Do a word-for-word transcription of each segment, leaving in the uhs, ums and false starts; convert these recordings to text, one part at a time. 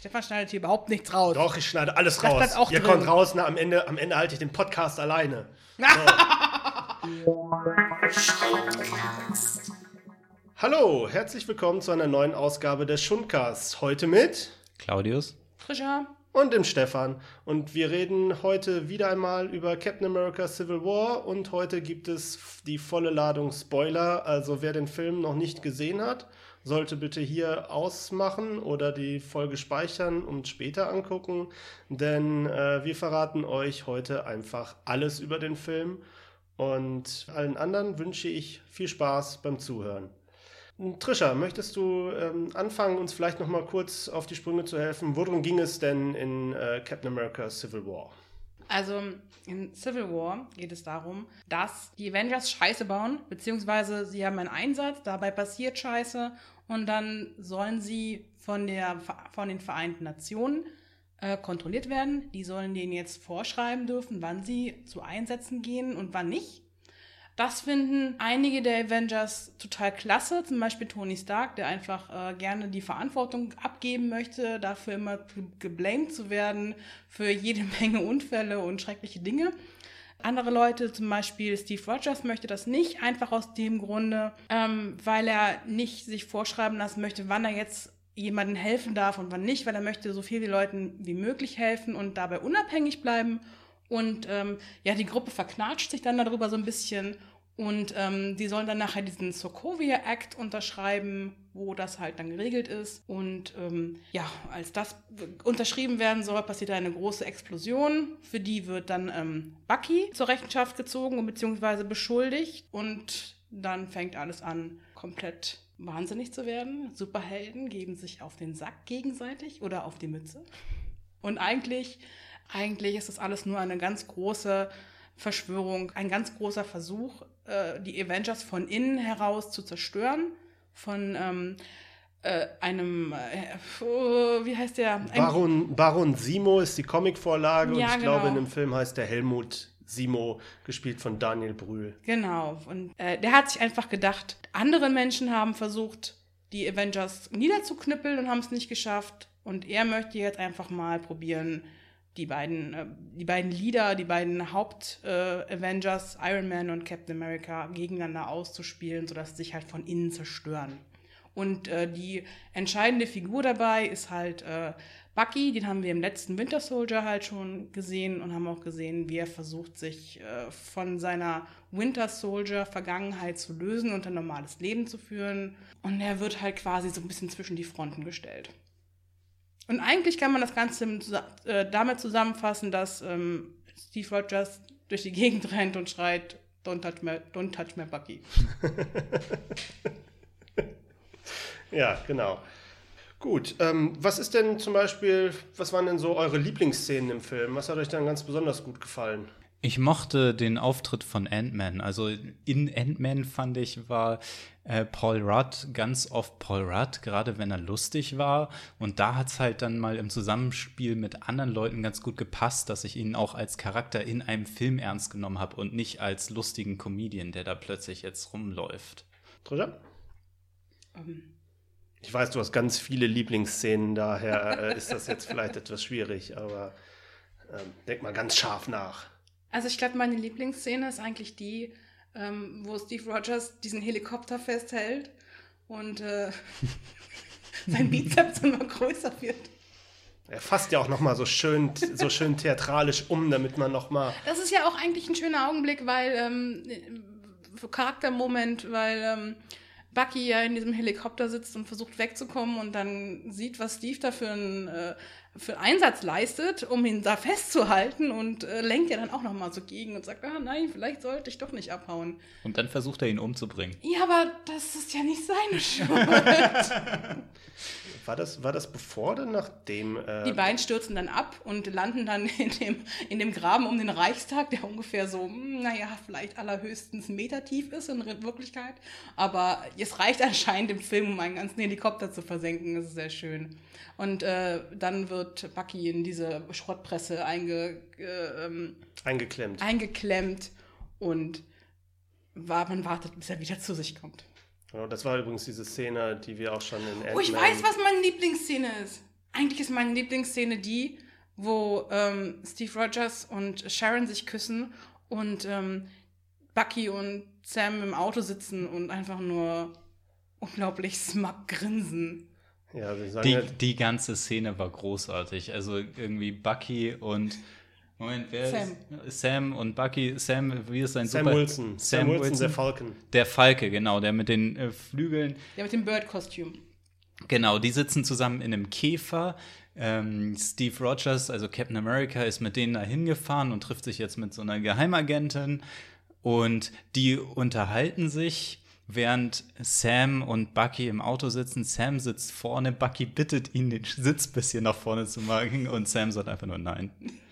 Stefan schneidet hier überhaupt nichts raus. Doch, ich schneide alles Das raus. bleibt auch Ihr drin. kommt raus, na, am Ende, am Ende halte ich den Podcast alleine. So. Hallo, herzlich willkommen zu einer neuen Ausgabe des Schundcasts. Heute mit Claudius. Frischer. und dem Stefan. Und wir reden heute wieder einmal über Captain America Civil War. Und heute gibt es die volle Ladung Spoiler. Also wer den Film noch nicht gesehen hat, sollte bitte hier ausmachen oder die Folge speichern und später angucken. Denn äh, wir verraten euch heute einfach alles über den Film. Und allen anderen wünsche ich viel Spaß beim Zuhören. Trisha, möchtest du ähm, anfangen, uns vielleicht noch mal kurz auf die Sprünge zu helfen? Worum ging es denn in äh, Captain America Civil War? Also in Civil War geht es darum, dass die Avengers Scheiße bauen, beziehungsweise sie haben einen Einsatz, dabei passiert Scheiße und dann sollen sie von, der, von den Vereinten Nationen äh, kontrolliert werden. Die sollen denen jetzt vorschreiben dürfen, wann sie zu Einsätzen gehen und wann nicht. Das finden einige der Avengers total klasse, zum Beispiel Tony Stark, der einfach äh, gerne die Verantwortung abgeben möchte, dafür immer geblamed zu werden für jede Menge Unfälle und schreckliche Dinge. Andere Leute, zum Beispiel Steve Rogers, möchte das nicht, einfach aus dem Grunde, ähm, weil er nicht sich vorschreiben lassen möchte, wann er jetzt jemandem helfen darf und wann nicht, weil er möchte so vielen Leuten wie möglich helfen und dabei unabhängig bleiben. Und ähm, ja, die Gruppe verknatscht sich dann darüber so ein bisschen und ähm, die sollen dann nachher diesen Sokovia Act unterschreiben, wo das halt dann geregelt ist. Und ähm, ja, als das unterschrieben werden soll, passiert eine große Explosion. Für die wird dann ähm, Bucky zur Rechenschaft gezogen und beziehungsweise beschuldigt. Und dann fängt alles an, komplett wahnsinnig zu werden. Superhelden geben sich auf den Sack gegenseitig oder auf die Mütze. Und eigentlich... Eigentlich ist das alles nur eine ganz große Verschwörung, ein ganz großer Versuch, äh, die Avengers von innen heraus zu zerstören. Von ähm, äh, einem, äh, wie heißt der? Baron, Baron Zemo ist die Comicvorlage Ja, und ich genau. glaube, in dem Film heißt der Helmut Zemo, gespielt von Daniel Brühl. Genau. Und äh, der hat sich einfach gedacht, andere Menschen haben versucht, die Avengers niederzuknüppeln und haben es nicht geschafft. Und er möchte jetzt einfach mal probieren, die beiden, äh, die beiden Leader, die beiden Haupt-Avengers, äh, Iron Man und Captain America, gegeneinander auszuspielen, sodass sie sich halt von innen zerstören. Und äh, die entscheidende Figur dabei ist halt äh, Bucky, den haben wir im letzten Winter Soldier halt schon gesehen und haben auch gesehen, wie er versucht, sich äh, von seiner Winter Soldier-Vergangenheit zu lösen und ein normales Leben zu führen. Und er wird halt quasi so ein bisschen zwischen die Fronten gestellt. Und eigentlich kann man das Ganze äh, damit zusammenfassen, dass ähm, Steve Rogers durch die Gegend rennt und schreit, don't touch me, don't touch me Bucky. Ja, genau. Gut, ähm, was ist denn zum Beispiel, was waren denn so eure Lieblingsszenen im Film? Was hat euch dann ganz besonders gut gefallen? Ich mochte den Auftritt von Ant-Man. Also in Ant-Man fand ich, war äh, Paul Rudd ganz oft Paul Rudd, gerade wenn er lustig war. Und da hat es halt dann mal im Zusammenspiel mit anderen Leuten ganz gut gepasst, dass ich ihn auch als Charakter in einem Film ernst genommen habe und nicht als lustigen Comedian, der da plötzlich jetzt rumläuft. Trisha? Um. Ich weiß, du hast ganz viele Lieblingsszenen, daher äh, ist das jetzt vielleicht etwas schwierig, aber äh, denk mal ganz scharf nach. Also ich glaube, meine Lieblingsszene ist eigentlich die, ähm, wo Steve Rogers diesen Helikopter festhält und äh, sein Bizeps immer größer wird. Er fasst ja auch noch mal so schön, so schön theatralisch um, damit man noch mal... Das ist ja auch eigentlich ein schöner Augenblick, weil, ähm, für Charaktermoment, weil ähm, Bucky ja in diesem Helikopter sitzt und versucht wegzukommen und dann sieht, was Steve da für einen, äh, für einen Einsatz leistet, um ihn da festzuhalten und äh, lenkt ja dann auch noch mal so gegen und sagt, ah nein, vielleicht sollte ich doch nicht abhauen. Und dann versucht er ihn umzubringen. Ja, aber das ist ja nicht seine Schuld. War das, war das bevor oder nachdem? Äh Die beiden stürzen dann ab und landen dann in dem, in dem Graben um den Reichstag, der ungefähr so, naja, vielleicht allerhöchstens einen Meter tief ist in Wirklichkeit. Aber es reicht anscheinend im Film, um einen ganzen Helikopter zu versenken. Das ist sehr schön. Und äh, dann wird Bucky in diese Schrottpresse einge, äh, ähm, eingeklemmt. eingeklemmt und war, man wartet, bis er wieder zu sich kommt. Genau, das war übrigens diese Szene, die wir auch schon in Ant-Man... Oh, ich weiß, was meine Lieblingsszene ist. eigentlich ist meine Lieblingsszene die, wo ähm, Steve Rogers und Sharon sich küssen und ähm, Bucky und Sam im Auto sitzen und einfach nur unglaublich smug grinsen. Ja, wir sagen Die, halt, die ganze Szene war großartig. Also irgendwie Bucky und Moment, wer Sam. ist Sam und Bucky? Sam, wie ist sein Sam Super? Wilson. Sam, Wilson, der Falcon. Der Falke, genau, der mit den äh, Flügeln. Der mit dem Bird-Kostüm. Genau, die sitzen zusammen in einem Käfer. Ähm, Steve Rogers, also Captain America, ist mit denen da hingefahren und trifft sich jetzt mit so einer Geheimagentin. Und die unterhalten sich, während Sam und Bucky im Auto sitzen. Sam sitzt vorne, Bucky bittet ihn, den Sitz ein bisschen nach vorne zu machen. Und Sam sagt einfach nur nein.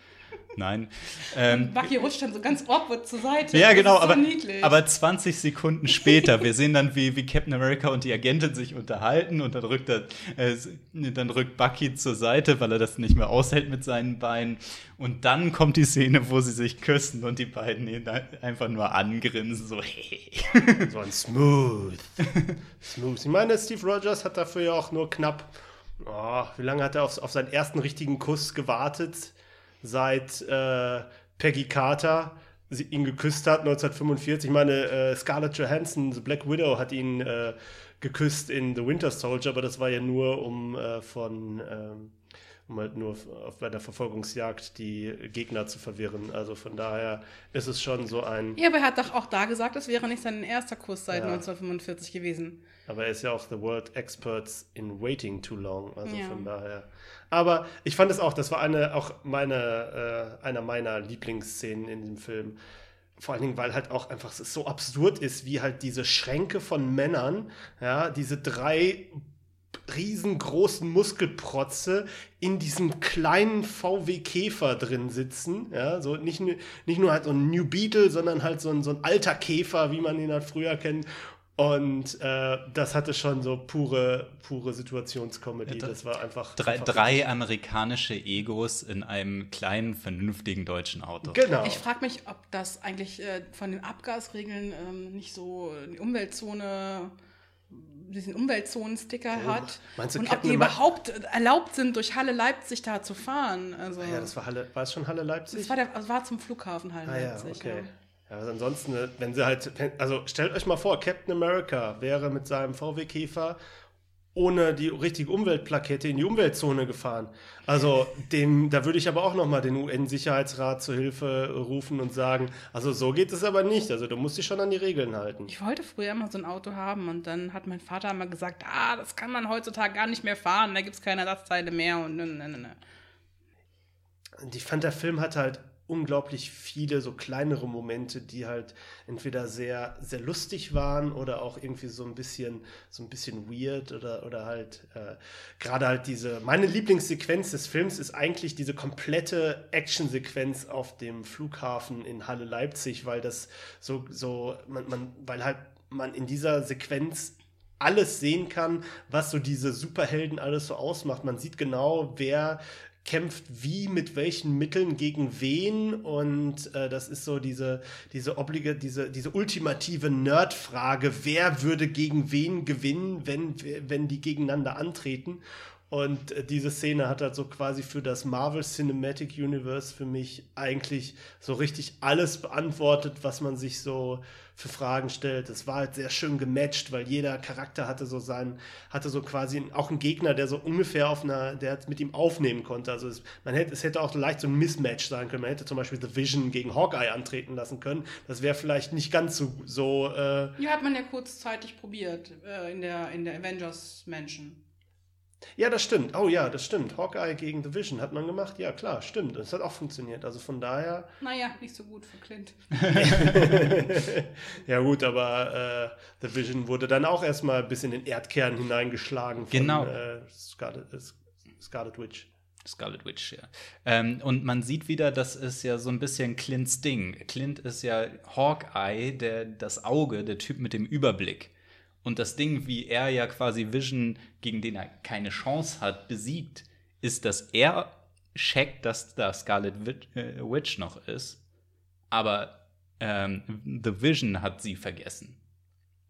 Nein. Ähm, Bucky rutscht dann so ganz awkward zur Seite. ja, Das genau, ist so aber, niedlich. aber zwanzig Sekunden später, wir sehen dann, wie, wie Captain America und die Agentin sich unterhalten und dann rückt, er, äh, dann rückt Bucky zur Seite, weil er das nicht mehr aushält mit seinen Beinen. Und dann kommt die Szene, wo sie sich küssen und die beiden ihn einfach nur angrinsen, so hey. So ein Smooth. Smooth. Ich meine, Steve Rogers hat dafür ja auch nur knapp, oh, wie lange hat er auf, auf seinen ersten richtigen Kuss gewartet? Seit äh, Peggy Carter sie ihn geküsst hat, neunzehnhundertfünfundvierzig. Ich meine, äh, Scarlett Johansson, The Black Widow, hat ihn äh, geküsst in The Winter Soldier, aber das war ja nur, um äh, von ähm, um halt nur auf, bei der Verfolgungsjagd die Gegner zu verwirren. Also von daher ist es schon so ein... Ja, aber er hat doch auch da gesagt, es wäre nicht sein erster Kuss seit Ja. neunzehnhundertfünfundvierzig gewesen. Aber er ist ja auch the world experts in waiting too long. Also Ja. von daher. Aber ich fand es auch, das war eine, auch meine, äh, einer meiner Lieblingsszenen in dem Film. Vor allen Dingen, weil halt auch einfach es so absurd ist, wie halt diese Schränke von Männern, ja, diese drei riesengroßen Muskelprotze in diesem kleinen V W Käfer drin sitzen. Ja, so nicht, nur- nicht nur halt so ein New Beetle, sondern halt so ein, so ein alter Käfer, wie man ihn halt früher kennt. Und äh, das hatte schon so pure, pure Situationscomedy. Ja, Das war einfach. Drei, einfach drei amerikanische Egos in einem kleinen, vernünftigen deutschen Auto. Genau. Ich frage mich, ob das eigentlich äh, von den Abgasregeln ähm, nicht so die Umweltzone, diesen Umweltzonen-Sticker Oh, hat. meinst du, und ob Captain die Ama- überhaupt erlaubt sind, durch Halle Leipzig da zu fahren. Also, Ah ja, das war Halle. War es schon Halle Leipzig? das war, der, das war zum Flughafen Halle Ah ja, Leipzig. okay. Ja. Ja, also ansonsten, ne, wenn sie halt, also stellt euch mal vor, Captain America wäre mit seinem V W Käfer ohne die richtige Umweltplakette in die Umweltzone gefahren. Also dem, da würde ich aber auch nochmal den U N-Sicherheitsrat zur Hilfe rufen und sagen, also so geht es aber nicht, also du musst dich schon an die Regeln halten. Ich wollte früher immer so ein Auto haben und dann hat mein Vater immer gesagt, ah, das kann man heutzutage gar nicht mehr fahren, da gibt es keine Ersatzteile mehr und ne, ne, ne, ne. Und ich fand, der Film hat halt unglaublich viele so kleinere Momente, die halt entweder sehr, sehr lustig waren oder auch irgendwie so ein bisschen, so ein bisschen weird oder, oder halt äh, gerade halt diese, meine Lieblingssequenz des Films ist eigentlich diese komplette Actionsequenz auf dem Flughafen in Halle Leipzig, weil das so, so, man, man, weil halt man in dieser Sequenz alles sehen kann, was so diese Superhelden alles so ausmacht. Man sieht genau, wer kämpft wie, mit welchen Mitteln gegen wen und äh, das ist so diese, diese oblige, diese, diese ultimative Nerd-Frage, wer würde gegen wen gewinnen, wenn, wenn die gegeneinander antreten. Und äh, diese Szene hat halt so quasi für das Marvel Cinematic Universe für mich eigentlich so richtig alles beantwortet, was man sich so für Fragen stellt. Es war halt sehr schön gematcht, weil jeder Charakter hatte so seinen, hatte so quasi auch einen Gegner, der so ungefähr auf einer, der mit ihm aufnehmen konnte. Also es, man hätte, es hätte auch leicht so ein Mismatch sein können. Man hätte zum Beispiel The Vision gegen Hawkeye antreten lassen können. Das wäre vielleicht nicht ganz so, so äh, Ja, hat man ja kurzzeitig probiert äh, in der, in der Avengers Mansion. ja, das stimmt. Oh ja, das stimmt. Hawkeye gegen The Vision hat man gemacht. Ja, klar, stimmt. Das hat auch funktioniert. Also von daher. Naja, nicht so gut für Clint. Ja gut, aber äh, The Vision wurde dann auch erstmal bis in den Erdkern hineingeschlagen von Genau. äh, Scarlet, äh, Scarlet Witch. Scarlet Witch, ja. Ähm, und man sieht wieder, das ist ja so ein bisschen Clints Ding. Clint ist ja Hawkeye, der, das Auge, der Typ mit dem Überblick. Und das Ding, wie er ja quasi Vision, gegen den er keine Chance hat, besiegt, ist, dass er checkt, dass da Scarlet Witch noch ist. Aber ähm, The Vision hat sie vergessen. Ja.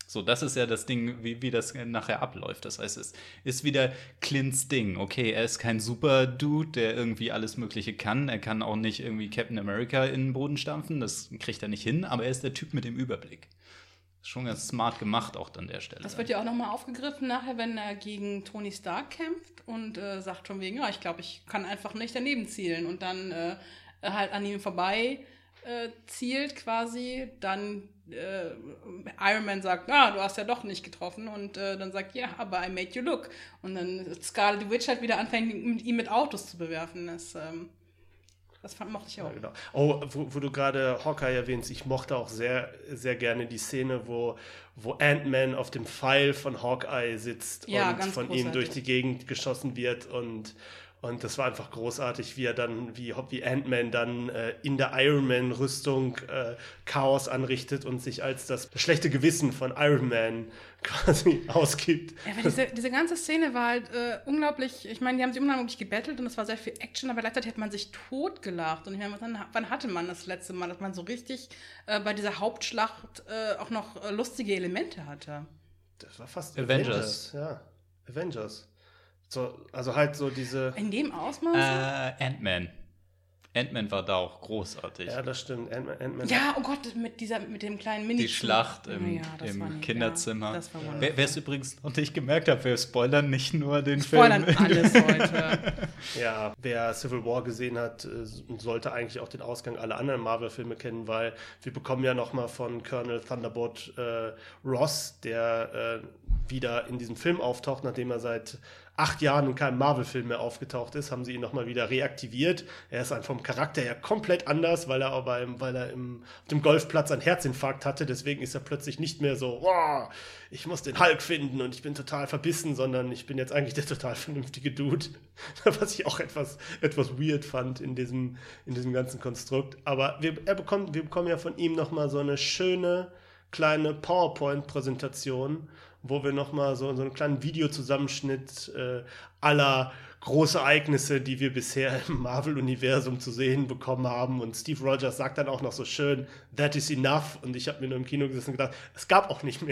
So, das ist ja das Ding, wie, wie das nachher abläuft. Das heißt, es ist wieder Clints Ding. Okay, er ist kein Super-Dude, der irgendwie alles Mögliche kann. Er kann auch nicht irgendwie Captain America in den Boden stampfen. Das kriegt er nicht hin, aber er ist der Typ mit dem Überblick. Schon ganz smart gemacht auch an der Stelle. Das wird ja auch nochmal aufgegriffen nachher, wenn er gegen Tony Stark kämpft und äh, sagt von wegen, ja, ich glaube, ich kann einfach nicht daneben zielen. Und dann äh, halt an ihm vorbei äh, zielt quasi, dann äh, Iron Man sagt, ah, du hast ja doch nicht getroffen. Und äh, dann sagt, ja, aber I made you look. Und dann Scarlet Witch halt wieder anfängt, ihn mit Autos zu bewerfen. Das, ähm, das fand, mochte ich auch. Ja, genau. Oh, wo, wo du gerade Hawkeye erwähnst, ich mochte auch sehr, sehr gerne die Szene, wo, wo Ant-Man auf dem Pfeil von Hawkeye sitzt ja, und von großartig. ihm durch die Gegend geschossen wird und Und das war einfach großartig, wie er dann, wie, wie Ant-Man dann äh, in der Iron Man-Rüstung äh, Chaos anrichtet und sich als das schlechte Gewissen von Iron Man quasi ausgibt. Ja, aber diese, diese ganze Szene war halt äh, unglaublich, ich meine, die haben sich unglaublich gebettelt und es war sehr viel Action, aber gleichzeitig hat man sich totgelacht. Und ich meine, wann, wann hatte man das letzte Mal, dass man so richtig äh, bei dieser Hauptschlacht äh, auch noch äh, lustige Elemente hatte? Das war fast Avengers. Avengers. Ja, Avengers. So, also halt so diese... In dem Ausmaß? Äh, Ant-Man. Ant-Man war da auch großartig. Ja, das stimmt. Ant-Man, Ant-Man. Ja, oh Gott, mit, dieser, mit dem kleinen mini Die Schlacht im, ja, ja, im nicht, Kinderzimmer. Ja, das war wundervoll. Wer es übrigens noch nicht gemerkt hat, wir spoilern nicht nur den spoilern Film. alles heute. Ja, wer Civil War gesehen hat, sollte eigentlich auch den Ausgang aller anderen Marvel-Filme kennen, weil wir bekommen ja nochmal von Colonel Thunderbolt äh, Ross, der äh, wieder in diesem Film auftaucht, nachdem er seit acht Jahren in keinem Marvel-Film mehr aufgetaucht ist, haben sie ihn nochmal wieder reaktiviert. Er ist vom Charakter her komplett anders, weil er aber beim, weil er im, auf dem Golfplatz einen Herzinfarkt hatte. Deswegen ist er plötzlich nicht mehr so, wow, ich muss den Hulk finden und ich bin total verbissen, sondern ich bin jetzt eigentlich der total vernünftige Dude. Was ich auch etwas, etwas weird fand in diesem, in diesem ganzen Konstrukt. Aber wir, er bekommt, wir bekommen ja von ihm nochmal so eine schöne kleine PowerPoint-Präsentation, wo wir nochmal so, so einen kleinen Videozusammenschnitt äh, aller große Ereignisse, die wir bisher im Marvel-Universum zu sehen bekommen haben. Und Steve Rogers sagt dann auch noch so schön, that is enough. Und ich habe mir nur im Kino gesessen und gedacht, es gab auch nicht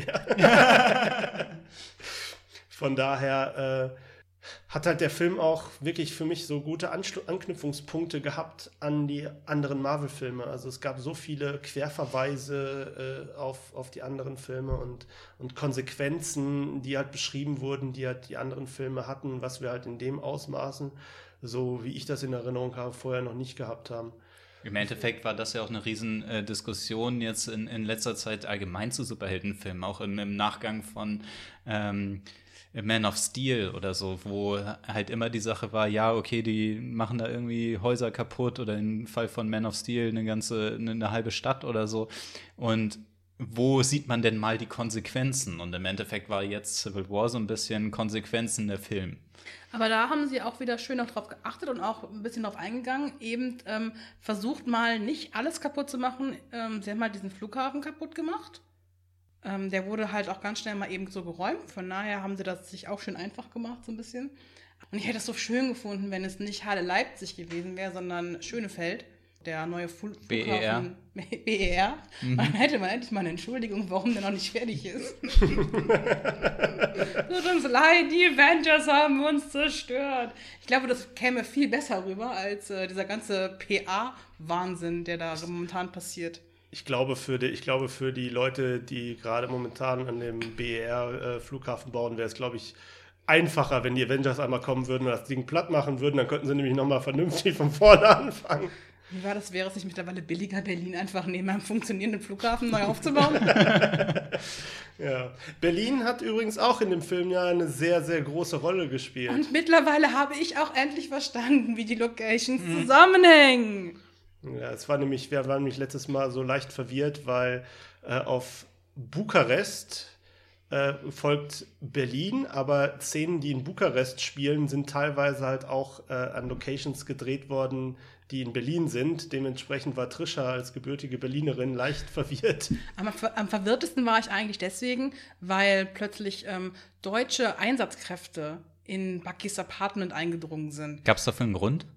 mehr. Von daher äh, hat halt der Film auch wirklich für mich so gute Anschlu- Anknüpfungspunkte gehabt an die anderen Marvel-Filme. Also es gab so viele Querverweise äh, auf, auf die anderen Filme und, und Konsequenzen, die halt beschrieben wurden, die halt die anderen Filme hatten, was wir halt in dem Ausmaßen, so wie ich das in Erinnerung habe, vorher noch nicht gehabt haben. Im Endeffekt war das ja auch eine Riesendiskussion äh, jetzt in, in letzter Zeit allgemein zu Superheldenfilmen, auch im, im Nachgang von ähm, Man of Steel oder so, wo halt immer die Sache war, ja, okay, die machen da irgendwie Häuser kaputt oder im Fall von Man of Steel eine ganze, eine, eine halbe Stadt oder so. Und wo sieht man denn mal die Konsequenzen? Und im Endeffekt war jetzt Civil War so ein bisschen Konsequenzen der Film. Aber da haben sie auch wieder schön auch drauf geachtet und auch ein bisschen drauf eingegangen. Eben ähm, versucht mal nicht alles kaputt zu machen. Ähm, sie haben mal diesen Flughafen kaputt gemacht. Ähm, der wurde halt auch ganz schnell mal eben so geräumt. Von daher haben sie das sich auch schön einfach gemacht, so ein bisschen. Und ich hätte es so schön gefunden, wenn es nicht Halle Leipzig gewesen wäre, sondern Schönefeld, der neue Fl- Flughafen. B E R. B E R. Mhm. Dann hätte man endlich mal eine Entschuldigung, warum der noch nicht fertig ist. Tut uns leid, die Avengers haben uns zerstört. Ich glaube, das käme viel besser rüber als äh, dieser ganze P A-Wahnsinn, der da momentan passiert. Ich glaube, für die, ich glaube, für die Leute, die gerade momentan an dem B E R-Flughafen bauen, wäre es, glaube ich, einfacher, wenn die Avengers einmal kommen würden und das Ding platt machen würden. Dann könnten sie nämlich nochmal vernünftig von vorne anfangen. Wie war das? Wäre es nicht mittlerweile billiger, Berlin einfach neben einem funktionierenden Flughafen neu aufzubauen? Ja. Berlin hat übrigens auch in dem Film ja eine sehr, sehr große Rolle gespielt. Und mittlerweile habe ich auch endlich verstanden, wie die Locations mhm. zusammenhängen. Ja, es war nämlich, wir waren nämlich letztes Mal so leicht verwirrt, weil äh, auf Bukarest äh, folgt Berlin, aber Szenen, die in Bukarest spielen, sind teilweise halt auch äh, an Locations gedreht worden, die in Berlin sind. Dementsprechend war Trisha als gebürtige Berlinerin leicht verwirrt. Am, am verwirrtesten war ich eigentlich deswegen, weil plötzlich ähm, deutsche Einsatzkräfte in Bakis Apartment eingedrungen sind. Gab es dafür einen Grund?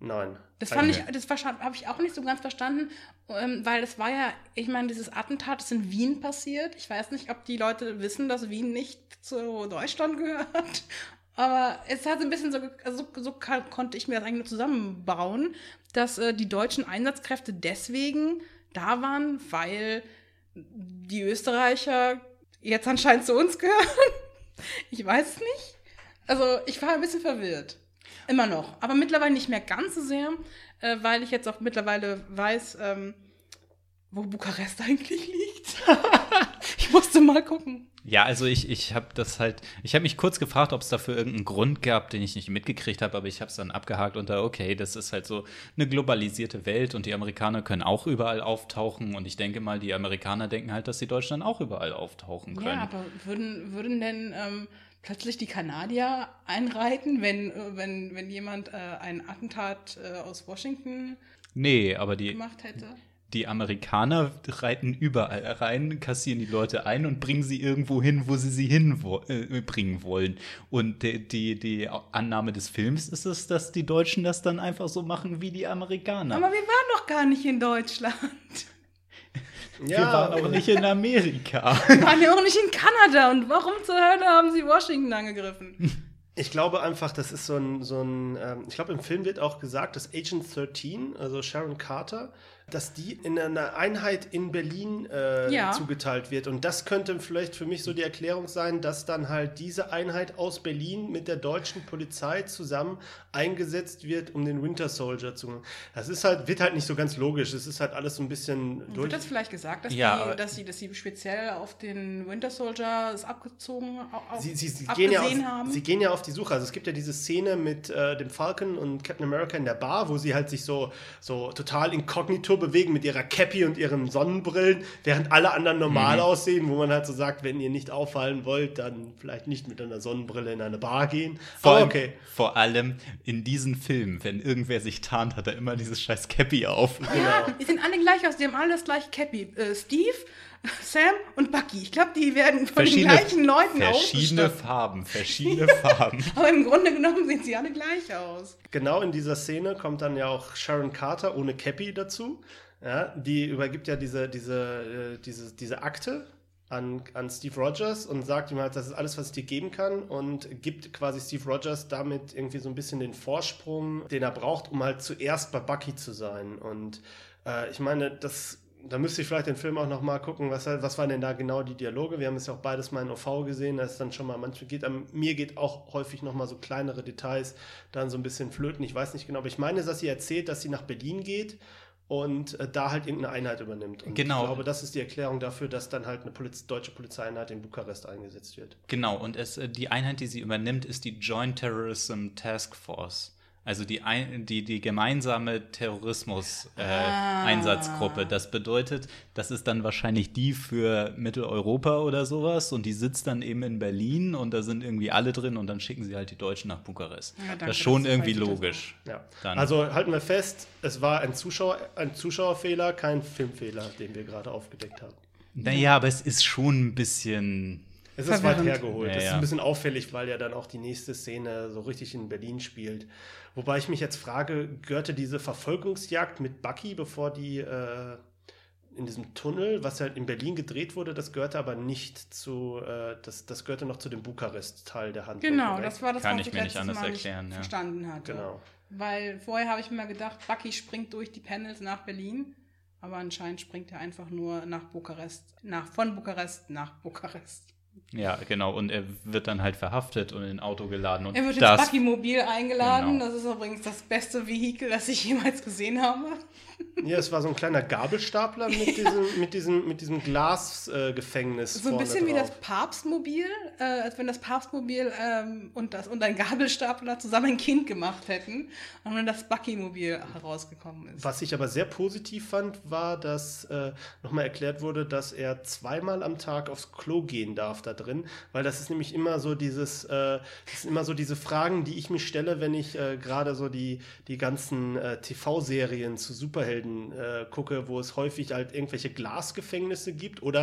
Nein. Das fand ich, das habe ich auch nicht so ganz verstanden, ähm, weil das war ja, ich meine, dieses Attentat ist in Wien passiert. Ich weiß nicht, ob die Leute wissen, dass Wien nicht zu Deutschland gehört. Aber es hat ein bisschen so, also so, so kann, konnte ich mir das eigentlich nur zusammenbauen, dass äh, die deutschen Einsatzkräfte deswegen da waren, weil die Österreicher jetzt anscheinend zu uns gehören. Ich weiß es nicht. Also ich war ein bisschen verwirrt. Immer noch. Aber mittlerweile nicht mehr ganz so sehr, äh, weil ich jetzt auch mittlerweile weiß, ähm, wo Bukarest eigentlich liegt. Ich musste mal gucken. Ja, also ich, ich habe das halt, ich habe mich kurz gefragt, ob es dafür irgendeinen Grund gab, den ich nicht mitgekriegt habe, aber ich habe es dann abgehakt unter, okay, das ist halt so eine globalisierte Welt und die Amerikaner können auch überall auftauchen und ich denke mal, die Amerikaner denken halt, dass die Deutschen auch überall auftauchen können. Ja, aber würden, würden denn ähm, plötzlich die Kanadier einreiten, wenn, äh, wenn, wenn jemand äh, ein Attentat äh, aus Washington nee, aber die, gemacht hätte? Die Amerikaner reiten überall rein, kassieren die Leute ein und bringen sie irgendwo hin, wo sie sie hinbringen äh, wollen. Und die, die, die Annahme des Films ist es, dass die Deutschen das dann einfach so machen wie die Amerikaner. Aber wir waren doch gar nicht in Deutschland. Ja, wir waren auch nicht in Amerika. Wir waren ja auch nicht in Kanada. Und warum zur Hölle haben sie Washington angegriffen? Ich glaube einfach, das ist so ein, so ein ähm, ich glaube, im Film wird auch gesagt, dass Agent dreizehn, also Sharon Carter, dass die in einer Einheit in Berlin äh, ja. zugeteilt wird. Und das könnte vielleicht für mich so die Erklärung sein, dass dann halt diese Einheit aus Berlin mit der deutschen Polizei zusammen eingesetzt wird, um den Winter Soldier zu machen. Das ist halt, wird halt nicht so ganz logisch. Es ist halt alles so ein bisschen durch. durch. Wird das vielleicht gesagt, dass, ja, die, dass, sie, dass sie speziell auf den Winter Soldier es abgezogen auf, sie, sie, sie abgesehen gehen ja auf, haben? Sie gehen ja auf die Suche. Also es gibt ja diese Szene mit äh, dem Falcon und Captain America in der Bar, wo sie halt sich so, so total inkognito bewegen mit ihrer Cappy und ihren Sonnenbrillen, während alle anderen normal mhm. aussehen, wo man halt so sagt, wenn ihr nicht auffallen wollt, dann vielleicht nicht mit einer Sonnenbrille in eine Bar gehen. Vor, Aber okay. Vor allem in diesen Filmen, wenn irgendwer sich tarnt, hat er immer dieses scheiß Cappy auf. Ja, Genau. Die sind alle gleich aus, die haben alle das gleiche Cappy. Äh, Steve, Sam und Bucky. Ich glaube, die werden von den gleichen Leuten Verschiedene ausgestattet. Farben, verschiedene Farben. Aber im Grunde genommen sehen sie alle gleich aus. Genau in dieser Szene kommt dann ja auch Sharon Carter ohne Cappy dazu. Ja, die übergibt ja diese, diese, äh, diese, diese Akte an, an Steve Rogers und sagt ihm halt, das ist alles, was ich dir geben kann und gibt quasi Steve Rogers damit irgendwie so ein bisschen den Vorsprung, den er braucht, um halt zuerst bei Bucky zu sein. Und äh, ich meine, das, da müsste ich vielleicht den Film auch noch mal gucken, was, was waren denn da genau die Dialoge? Wir haben es ja auch beides mal in O V gesehen, da ist dann schon mal, manchmal geht, an mir geht auch häufig noch mal so kleinere Details dann so ein bisschen flöten, ich weiß nicht genau, aber ich meine, dass sie erzählt, dass sie nach Berlin geht und äh, da halt irgendeine Einheit übernimmt. Und genau. Ich glaube, das ist die Erklärung dafür, dass dann halt eine Poliz- deutsche Polizeieinheit in Bukarest eingesetzt wird. Genau, und es, die Einheit, die sie übernimmt, ist die Joint Terrorism Task Force. Also die, ein, die, die gemeinsame Terrorismus-Einsatzgruppe. Äh, ah. Das bedeutet, das ist dann wahrscheinlich die für Mitteleuropa oder sowas und die sitzt dann eben in Berlin und da sind irgendwie alle drin und dann schicken sie halt die Deutschen nach Bukarest. Ja, danke, das ist schon das irgendwie logisch. Ja. Also halten wir fest, es war ein, Zuschauer, ein Zuschauerfehler, kein Filmfehler, den wir gerade aufgedeckt haben. Naja, aber es ist schon ein bisschen... Es ist weit hergeholt. Ja, es ist ja. ein bisschen auffällig, weil ja dann auch die nächste Szene so richtig in Berlin spielt. Wobei ich mich jetzt frage, gehörte diese Verfolgungsjagd mit Bucky, bevor die äh, in diesem Tunnel, was halt in Berlin gedreht wurde, das gehörte aber nicht zu, äh, das, das gehörte noch zu dem Bukarest-Teil der Handlung. Genau, direkt. das war das, Kann was ich ich mir nicht letztes anders Mal erklären, nicht ja. verstanden hatte. Genau. Weil vorher habe ich mir gedacht, Bucky springt durch die Panels nach Berlin, aber anscheinend springt er einfach nur nach Bukarest, nach, von Bukarest nach Bukarest. Ja, genau. Und er wird dann halt verhaftet und in ein Auto geladen. Und er wird das, ins Bucky-Mobil eingeladen. Genau. Das ist übrigens das beste Vehikel, das ich jemals gesehen habe. Ja, es war so ein kleiner Gabelstapler mit ja. diesem, mit diesem, mit diesem Glasgefängnis. Äh, so ein bisschen wie das Papstmobil, äh, als wenn das Papstmobil ähm, und, das, und ein Gabelstapler zusammen ein Kind gemacht hätten und dann das Bucky-Mobil herausgekommen ist. Was ich aber sehr positiv fand, war, dass äh, nochmal erklärt wurde, dass er zweimal am Tag aufs Klo gehen darf da drin, weil das ist nämlich immer so dieses, äh, das sind immer so diese Fragen, die ich mir stelle, wenn ich äh, gerade so die, die ganzen äh, T V-Serien zu Superhelden äh, gucke, wo es häufig halt irgendwelche Glasgefängnisse gibt oder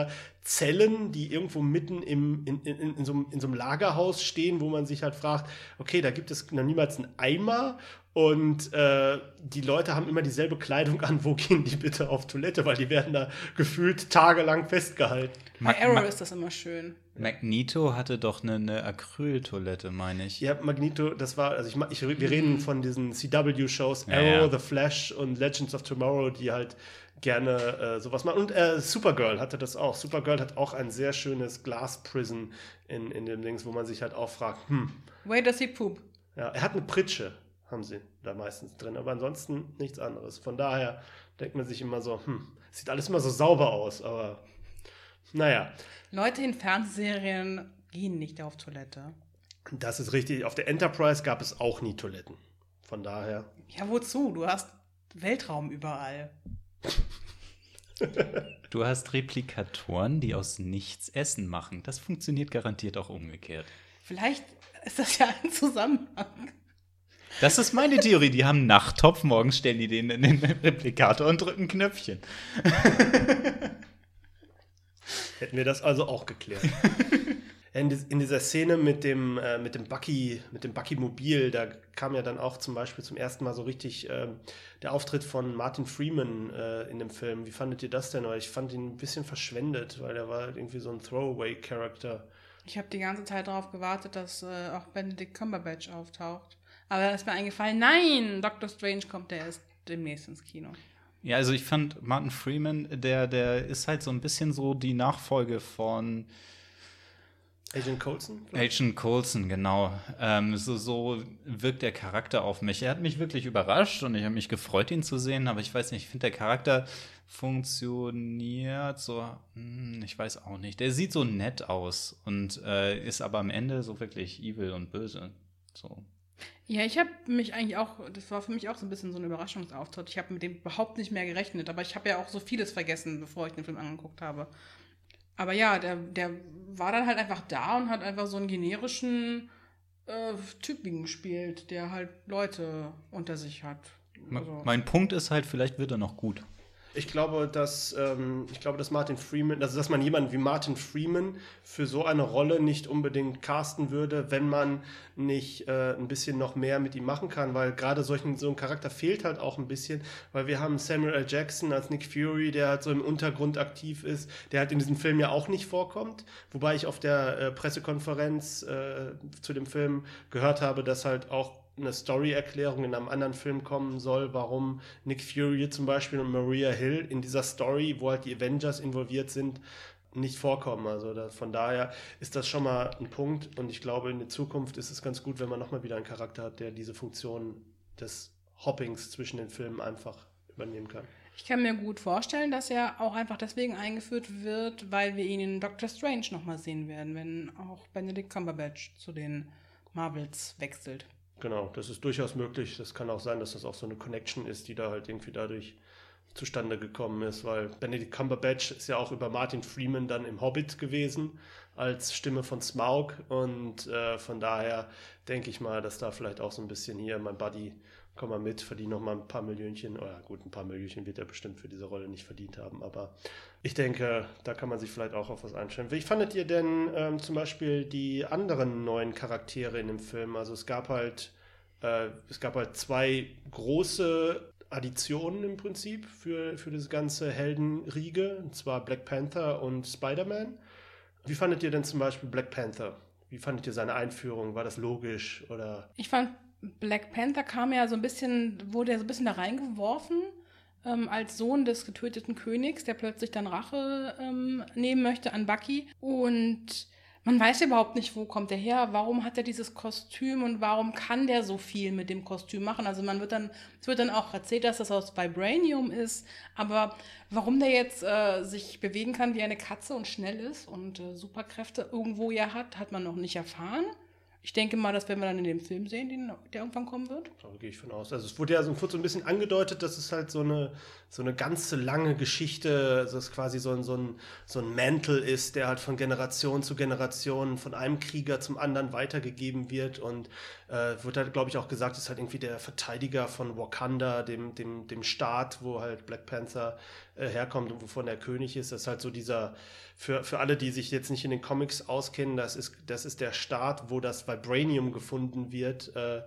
Zellen, die irgendwo mitten im, in, in, in, so einem, in so einem Lagerhaus stehen, wo man sich halt fragt, okay, da gibt es noch niemals einen Eimer und äh, die Leute haben immer dieselbe Kleidung an, wo gehen die bitte auf Toilette, weil die werden da gefühlt tagelang festgehalten. Bei Arrow ist das immer schön. Magneto hatte doch eine, eine Acryltoilette, meine ich. Ja, Magneto, das war, also ich, ich wir reden von diesen C W-Shows, Ja, Arrow, ja. The Flash und Legends of Tomorrow, die halt gerne äh, sowas machen. Und äh, Supergirl hatte das auch. Supergirl hat auch ein sehr schönes Glass Prison in, in dem Dings, wo man sich halt auch fragt, hm. Where does he poop? Ja, er hat eine Pritsche, haben sie da meistens drin, aber ansonsten nichts anderes. Von daher denkt man sich immer so, hm, sieht alles immer so sauber aus, aber naja. Leute in Fernsehserien gehen nicht auf Toilette. Das ist richtig. Auf der Enterprise gab es auch nie Toiletten. Von daher. Ja, wozu? Du hast Weltraum überall. Du hast Replikatoren, die aus nichts Essen machen. Das funktioniert garantiert auch umgekehrt. Vielleicht ist das ja ein Zusammenhang. Das ist meine Theorie. Die haben einen Nachttopf, morgens stellen die den in den Replikator und drücken ein Knöpfchen. Hätten wir das also auch geklärt. In, in dieser Szene mit dem, äh, mit dem Bucky, mit dem Bucky-Mobil, da kam ja dann auch zum Beispiel zum ersten Mal so richtig äh, der Auftritt von Martin Freeman äh, in dem Film. Wie fandet ihr das denn? Weil ich fand ihn ein bisschen verschwendet, weil er war irgendwie so ein Throwaway-Charakter. Ich habe die ganze Zeit darauf gewartet, dass äh, auch Benedict Cumberbatch auftaucht. Aber da ist mir eingefallen, nein, Doctor Strange kommt ja erst demnächst ins Kino. Ja, also ich fand Martin Freeman, der, der ist halt so ein bisschen so die Nachfolge von Agent Coulson? Agent Coulson, genau. Ähm, so, so wirkt der Charakter auf mich. Er hat mich wirklich überrascht und ich habe mich gefreut, ihn zu sehen, aber ich weiß nicht, ich finde, der Charakter funktioniert so, hm, ich weiß auch nicht. Der sieht so nett aus und äh, ist aber am Ende so wirklich evil und böse. So. Ja, ich habe mich eigentlich auch, das war für mich auch so ein bisschen so ein Überraschungsauftritt. Ich habe mit dem überhaupt nicht mehr gerechnet, aber ich habe ja auch so vieles vergessen, bevor ich den Film angeguckt habe. Aber ja, der, der war dann halt einfach da und hat einfach so einen generischen äh, Typen gespielt, der halt Leute unter sich hat. Also. Mein Punkt ist halt, vielleicht wird er noch gut. Ich glaube, dass ähm, ich glaube, dass Martin Freeman, also dass man jemanden wie Martin Freeman für so eine Rolle nicht unbedingt casten würde, wenn man nicht äh, ein bisschen noch mehr mit ihm machen kann, weil gerade solchen so ein Charakter fehlt halt auch ein bisschen, weil wir haben Samuel L. Jackson als Nick Fury, der halt so im Untergrund aktiv ist, der halt in diesem Film ja auch nicht vorkommt, wobei ich auf der äh, Pressekonferenz äh, zu dem Film gehört habe, dass halt auch eine Story-Erklärung in einem anderen Film kommen soll, warum Nick Fury zum Beispiel und Maria Hill in dieser Story, wo halt die Avengers involviert sind, nicht vorkommen. Also da, von daher ist das schon mal ein Punkt und ich glaube, in der Zukunft ist es ganz gut, wenn man nochmal wieder einen Charakter hat, der diese Funktion des Hoppings zwischen den Filmen einfach übernehmen kann. Ich kann mir gut vorstellen, dass er auch einfach deswegen eingeführt wird, weil wir ihn in Doctor Strange nochmal sehen werden, wenn auch Benedict Cumberbatch zu den Marvels wechselt. Genau, das ist durchaus möglich. Das kann auch sein, dass das auch so eine Connection ist, die da halt irgendwie dadurch zustande gekommen ist, weil Benedict Cumberbatch ist ja auch über Martin Freeman dann im Hobbit gewesen als Stimme von Smaug und äh, von daher denke ich mal, dass da vielleicht auch so ein bisschen hier, mein Buddy, komm mal mit, verdient noch mal ein paar Millionchen, oder gut, ein paar Millionchen wird er bestimmt für diese Rolle nicht verdient haben, aber ich denke, da kann man sich vielleicht auch auf was einstellen. Wie fandet ihr denn ähm, zum Beispiel die anderen neuen Charaktere in dem Film? Also es gab halt, äh, es gab halt zwei große Additionen im Prinzip für, für das ganze Heldenriege, und zwar Black Panther und Spider-Man. Wie fandet ihr denn zum Beispiel Black Panther? Wie fandet ihr seine Einführung? War das logisch oder? Ich fand, Black Panther kam ja so ein bisschen, wurde ja so ein bisschen da reingeworfen, ähm, als Sohn des getöteten Königs, der plötzlich dann Rache ähm, nehmen möchte an Bucky. Und man weiß ja überhaupt nicht, wo kommt der her, warum hat er dieses Kostüm und warum kann der so viel mit dem Kostüm machen. Also man wird dann, es wird dann auch erzählt, dass das aus Vibranium ist, aber warum der jetzt äh, sich bewegen kann wie eine Katze und schnell ist und äh, Superkräfte irgendwo ja hat, hat man noch nicht erfahren. Ich denke mal, das werden wir dann in dem Film sehen, den, der irgendwann kommen wird. Da gehe ich von aus. Also es wurde ja so kurz so ein bisschen angedeutet, dass es halt so eine, so eine ganze lange Geschichte, also es quasi so ein, so, ein, so ein Mantel ist, der halt von Generation zu Generation von einem Krieger zum anderen weitergegeben wird. Und äh, wird halt, glaube ich, auch gesagt, ist halt irgendwie der Verteidiger von Wakanda, dem, dem, dem Staat, wo halt Black Panther äh, herkommt und wovon der König ist. Das ist halt so dieser, für, für alle, die sich jetzt nicht in den Comics auskennen, das ist, das ist der Staat, wo das Vibranium gefunden wird, äh,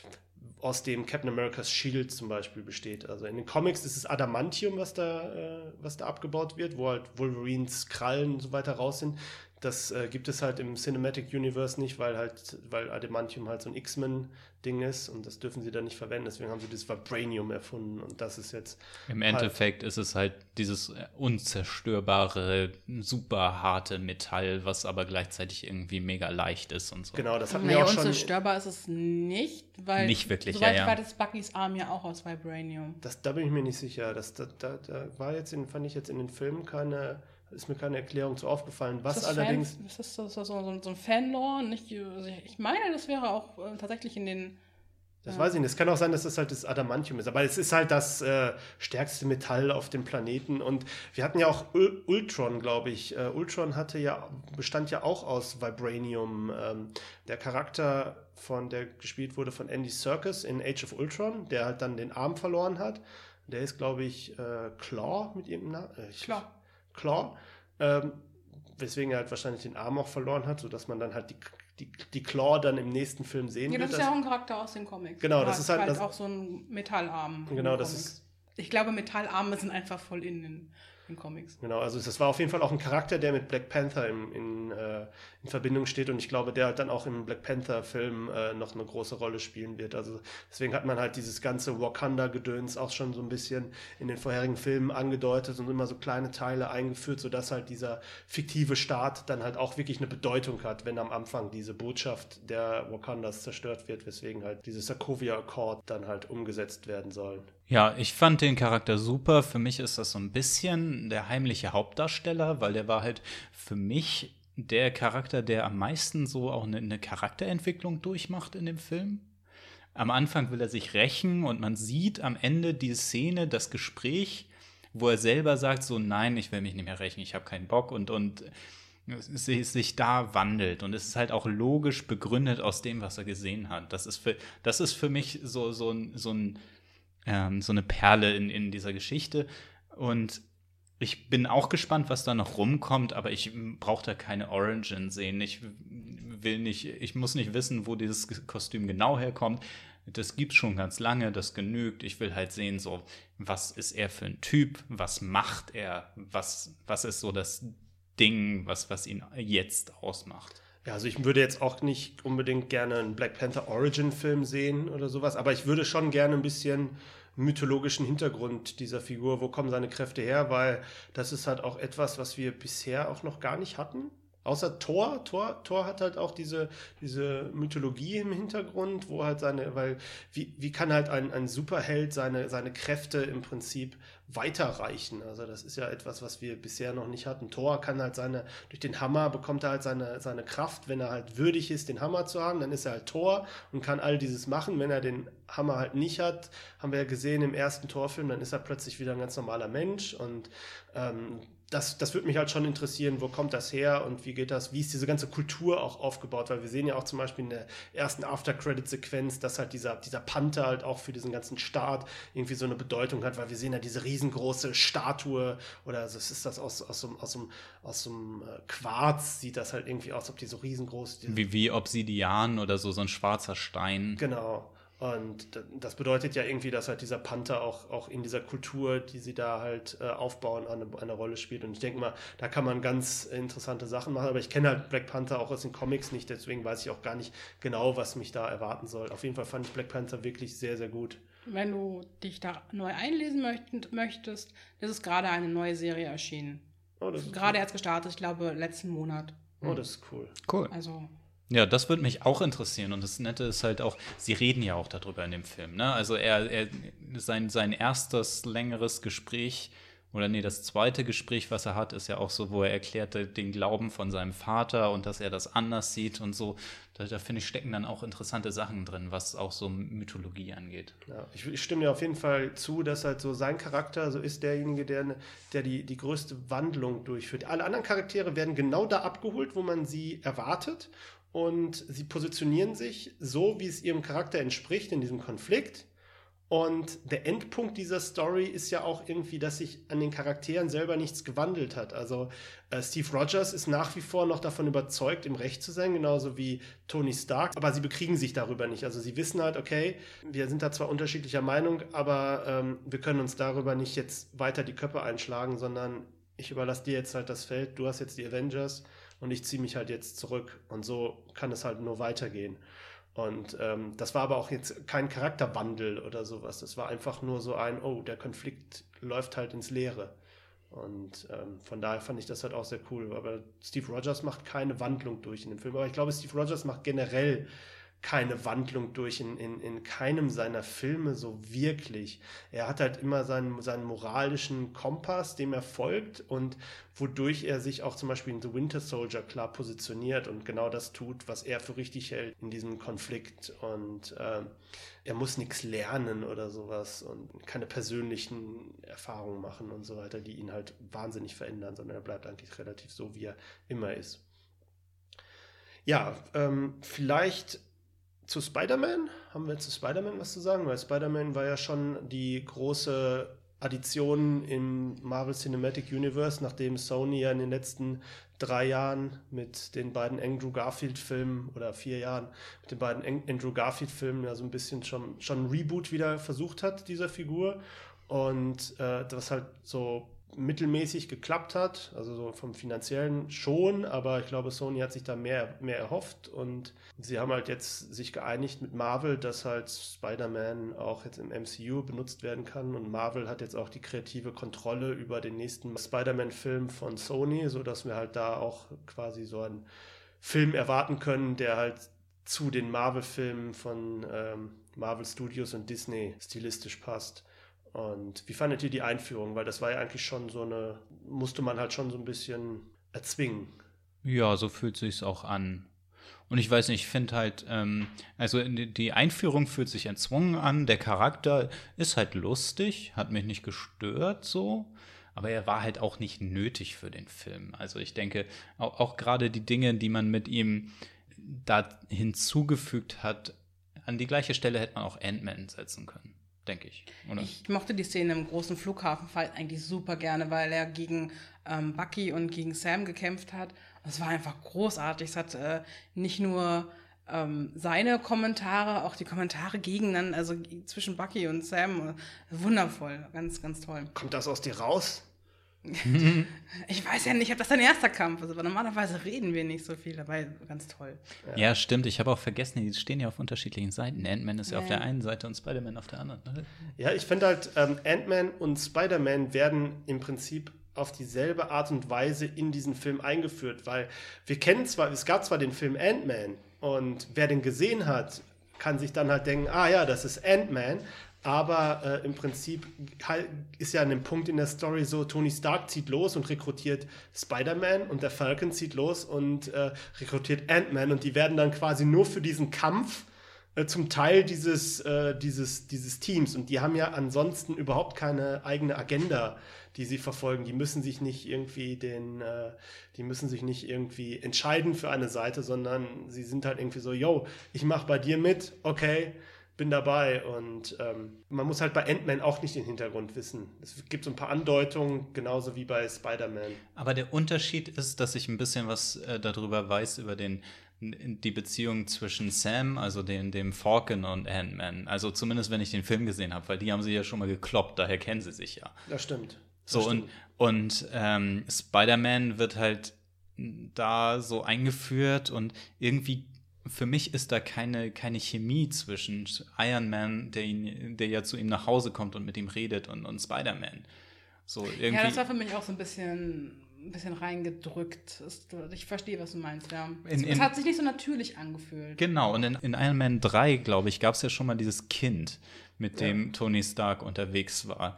aus dem Captain America's Shield zum Beispiel besteht. Also in den Comics ist es Adamantium, was da, äh, was da abgebaut wird, wo halt Wolverines Krallen und so weiter raus sind. Das äh, gibt es halt im Cinematic Universe nicht, weil halt, weil Adamantium halt so ein X-Men-Ding ist und das dürfen sie dann nicht verwenden. Deswegen haben sie das Vibranium erfunden und das ist jetzt Im halt Endeffekt ist es halt dieses unzerstörbare, super harte Metall, was aber gleichzeitig irgendwie mega leicht ist und so. Genau, das hatten Naja, wir auch schon. unzerstörbar ist es nicht, weil Nicht wirklich, soweit ja, ich ja. weiß, ist Buckys Arm ja auch aus Vibranium. Das, da bin ich mir nicht sicher. Das, da, da, da war jetzt in, fand ich jetzt in den Filmen keine, ist mir keine Erklärung zu aufgefallen. Was Ist das allerdings. Fan, ist das so, so, so, so ein Fanlore? Nicht, ich meine, das wäre auch äh, tatsächlich in den. Das Ja. weiß ich nicht. Es kann auch sein, dass das halt das Adamantium ist. Aber es ist halt das äh, stärkste Metall auf dem Planeten. Und wir hatten ja auch Ul- Ultron, glaube ich. Äh, Ultron hatte ja, bestand ja auch aus Vibranium. Ähm, der Charakter, von, der gespielt wurde von Andy Serkis in Age of Ultron, der halt dann den Arm verloren hat. Der ist, glaube ich, äh, Claw mit irgendeinem Namen. Äh, ich- Klar. Claw. Ähm, weswegen er halt wahrscheinlich den Arm auch verloren hat, sodass man dann halt die, die, die Claw dann im nächsten Film sehen Ja, das wird. ist ja auch ein Charakter aus den Comics. Genau, Der das hat ist halt- das- auch so ein Metallarm. in Genau, den das Comics. ist- Ich glaube, Metallarme sind einfach voll in den, den Comics. Genau, also das war auf jeden Fall auch ein Charakter, der mit Black Panther in, in, äh, in Verbindung steht und ich glaube, der halt dann auch im Black Panther-Film äh, noch eine große Rolle spielen wird. Also deswegen hat man halt dieses ganze Wakanda-Gedöns auch schon so ein bisschen in den vorherigen Filmen angedeutet und immer so kleine Teile eingeführt, sodass halt dieser fiktive Staat dann halt auch wirklich eine Bedeutung hat, wenn am Anfang diese Botschaft der Wakandas zerstört wird, weswegen halt dieses Sokovia Accord dann halt umgesetzt werden soll. Ja, ich fand den Charakter super. Für mich ist das so ein bisschen der heimliche Hauptdarsteller, weil der war halt für mich der Charakter, der am meisten so auch eine, eine Charakterentwicklung durchmacht in dem Film. Am Anfang will er sich rächen und man sieht am Ende die Szene, das Gespräch, wo er selber sagt so, nein, ich will mich nicht mehr rächen, ich habe keinen Bock und, und es sich da wandelt. Und es ist halt auch logisch begründet aus dem, was er gesehen hat. Das ist für, das ist für mich so, so ein, so ein Ähm, so eine Perle in, in dieser Geschichte. Und ich bin auch gespannt, was da noch rumkommt, aber ich brauche da keine Origin sehen. Ich will nicht, ich muss nicht wissen, wo dieses Kostüm genau herkommt. Das gibt's schon ganz lange, das genügt. Ich will halt sehen, so, was ist er für ein Typ, was macht er, was, was ist so das Ding, was, was ihn jetzt ausmacht. Ja, also ich würde jetzt auch nicht unbedingt gerne einen Black Panther Origin-Film sehen oder sowas, aber ich würde schon gerne ein bisschen mythologischen Hintergrund dieser Figur, wo kommen seine Kräfte her, weil das ist halt auch etwas, was wir bisher auch noch gar nicht hatten. Außer Thor. Thor, Thor hat halt auch diese, diese Mythologie im Hintergrund, wo halt seine, weil wie, wie kann halt ein, ein Superheld seine, seine Kräfte im Prinzip weiterreichen? Also das ist ja etwas, was wir bisher noch nicht hatten. Thor kann halt seine, durch den Hammer bekommt er halt seine, seine Kraft, wenn er halt würdig ist, den Hammer zu haben, dann ist er halt Thor und kann all dieses machen. Wenn er den Hammer halt nicht hat, haben wir ja gesehen im ersten Thor-Film, dann ist er plötzlich wieder ein ganz normaler Mensch und ähm, Das, das würde mich halt schon interessieren, wo kommt das her und wie geht das, wie ist diese ganze Kultur auch aufgebaut, weil wir sehen ja auch zum Beispiel in der ersten After-Credit-Sequenz, dass halt dieser, dieser Panther halt auch für diesen ganzen Staat irgendwie so eine Bedeutung hat, weil wir sehen ja diese riesengroße Statue oder also es ist das aus, aus so, aus so, aus so einem Quarz, sieht das halt irgendwie aus, ob die so riesengroß sind. Wie, wie Obsidian oder so, so ein schwarzer Stein. Genau. Und das bedeutet ja irgendwie, dass halt dieser Panther auch, auch in dieser Kultur, die sie da halt äh, aufbauen, eine, eine Rolle spielt. Und ich denke mal, da kann man ganz interessante Sachen machen. Aber ich kenne halt Black Panther auch aus den Comics nicht, deswegen weiß ich auch gar nicht genau, was mich da erwarten soll. Auf jeden Fall fand ich Black Panther wirklich sehr, sehr gut. Wenn du dich da neu einlesen möcht- möchtest, ist es gerade eine neue Serie erschienen. Oh, das ist Gerade cool. erst gestartet, ich glaube, letzten Monat. Oh, das ist cool. Cool. Also, Ja, das würde mich auch interessieren. Und das Nette ist halt auch, sie reden ja auch darüber in dem Film. Ne? Also er, er sein, sein erstes längeres Gespräch oder nee, das zweite Gespräch, was er hat, ist ja auch so, wo er erklärte den Glauben von seinem Vater und dass er das anders sieht und so. Da, da finde ich, stecken dann auch interessante Sachen drin, was auch so Mythologie angeht. Ja, ich, ich stimme dir auf jeden Fall zu, dass halt so sein Charakter so ist derjenige, der, der die, die größte Wandlung durchführt. Alle anderen Charaktere werden genau da abgeholt, wo man sie erwartet, und sie positionieren sich so, wie es ihrem Charakter entspricht in diesem Konflikt. Und der Endpunkt dieser Story ist ja auch irgendwie, dass sich an den Charakteren selber nichts gewandelt hat. Also äh, Steve Rogers ist nach wie vor noch davon überzeugt, im Recht zu sein, genauso wie Tony Stark. Aber sie bekriegen sich darüber nicht. Also sie wissen halt, okay, wir sind da zwar unterschiedlicher Meinung, aber ähm, wir können uns darüber nicht jetzt weiter die Köpfe einschlagen, sondern ich überlasse dir jetzt halt das Feld, du hast jetzt die Avengers und ich ziehe mich halt jetzt zurück. Und so kann es halt nur weitergehen. Und ähm, das war aber auch jetzt kein Charakterwandel oder sowas. Das war einfach nur so ein, oh, der Konflikt läuft halt ins Leere. Und ähm, von daher fand ich das halt auch sehr cool. Aber Steve Rogers macht keine Wandlung durch in dem Film. Aber ich glaube, Steve Rogers macht generell keine Wandlung durch in, in, in keinem seiner Filme so wirklich. Er hat halt immer seinen, seinen moralischen Kompass, dem er folgt und wodurch er sich auch zum Beispiel in The Winter Soldier klar positioniert und genau das tut, was er für richtig hält in diesem Konflikt. Und äh, er muss nichts lernen oder sowas und keine persönlichen Erfahrungen machen und so weiter, die ihn halt wahnsinnig verändern, sondern er bleibt eigentlich relativ so, wie er immer ist. Ja, ähm, vielleicht zu Spider-Man? Haben wir zu Spider-Man was zu sagen? Weil Spider-Man war ja schon die große Addition im Marvel Cinematic Universe, nachdem Sony ja in den letzten drei Jahren mit den beiden Andrew Garfield-Filmen oder vier Jahren mit den beiden Andrew Garfield-Filmen ja so ein bisschen schon, schon ein Reboot wieder versucht hat, dieser Figur. Und äh, das halt so mittelmäßig geklappt hat, also so vom Finanziellen schon, aber ich glaube, Sony hat sich da mehr, mehr erhofft und sie haben halt jetzt sich geeinigt mit Marvel, dass halt Spider-Man auch jetzt im M C U benutzt werden kann und Marvel hat jetzt auch die kreative Kontrolle über den nächsten Spider-Man-Film von Sony, sodass wir halt da auch quasi so einen Film erwarten können, der halt zu den Marvel-Filmen von ähm, Marvel Studios und Disney stilistisch passt. Und wie fandet ihr die Einführung? Weil das war ja eigentlich schon so eine, musste man halt schon so ein bisschen erzwingen. Ja, so fühlt sich's auch an. Und ich weiß nicht, ich finde halt, ähm, also die Einführung fühlt sich erzwungen an, der Charakter ist halt lustig, hat mich nicht gestört so, aber er war halt auch nicht nötig für den Film. Also ich denke, auch, auch gerade die Dinge, die man mit ihm da hinzugefügt hat, an die gleiche Stelle hätte man auch Ant-Man setzen können. Denke ich. Oder? Ich mochte die Szene im großen Flughafenfight eigentlich super gerne, weil er gegen ähm, Bucky und gegen Sam gekämpft hat. Es war einfach großartig. Es hat äh, nicht nur ähm, seine Kommentare, auch die Kommentare gegeneinander, also zwischen Bucky und Sam. Äh, wundervoll, ganz, ganz toll. Kommt das aus dir raus? Ich weiß ja nicht, ob das dein erster Kampf ist, aber normalerweise reden wir nicht so viel dabei. Ganz toll. Ja, ja stimmt. Ich habe auch vergessen, die stehen ja auf unterschiedlichen Seiten. Ant-Man ist ja, ja auf der einen Seite und Spider-Man auf der anderen. Ja, ich finde halt, ähm, Ant-Man und Spider-Man werden im Prinzip auf dieselbe Art und Weise in diesen Film eingeführt, weil wir kennen zwar, es gab zwar den Film Ant-Man und wer den gesehen hat, kann sich dann halt denken, ah ja, das ist Ant-Man, aber äh, im Prinzip ist ja an dem Punkt in der Story so, Tony Stark zieht los und rekrutiert Spider-Man und der Falcon zieht los und äh, rekrutiert Ant-Man und die werden dann quasi nur für diesen Kampf äh, zum Teil dieses, äh, dieses, dieses Teams und die haben ja ansonsten überhaupt keine eigene Agenda, die sie verfolgen. Die müssen sich nicht irgendwie den, äh, die müssen sich nicht irgendwie entscheiden für eine Seite, sondern sie sind halt irgendwie so, yo, ich mach bei dir mit, okay, bin dabei und ähm, man muss halt bei Ant-Man auch nicht den Hintergrund wissen. Es gibt so ein paar Andeutungen, genauso wie bei Spider-Man. Aber der Unterschied ist, dass ich ein bisschen was äh, darüber weiß, über den, die Beziehung zwischen Sam, also den, dem Falcon und Ant-Man. Also zumindest, wenn ich den Film gesehen habe, weil die haben sie ja schon mal gekloppt, daher kennen sie sich ja. Das stimmt. Das so, stimmt. und, und ähm, Spider-Man wird halt da so eingeführt und irgendwie für mich ist da keine, keine Chemie zwischen Iron Man, der, ihn, der ja zu ihm nach Hause kommt und mit ihm redet, und, und Spider-Man. So irgendwie. Ja, das war für mich auch so ein bisschen, ein bisschen reingedrückt. Ich verstehe, was du meinst, ja. In, in, es hat sich nicht so natürlich angefühlt. Genau, und in, in Iron Man drei, glaube ich, gab es ja schon mal dieses Kind, mit dem ja. Tony Stark unterwegs war.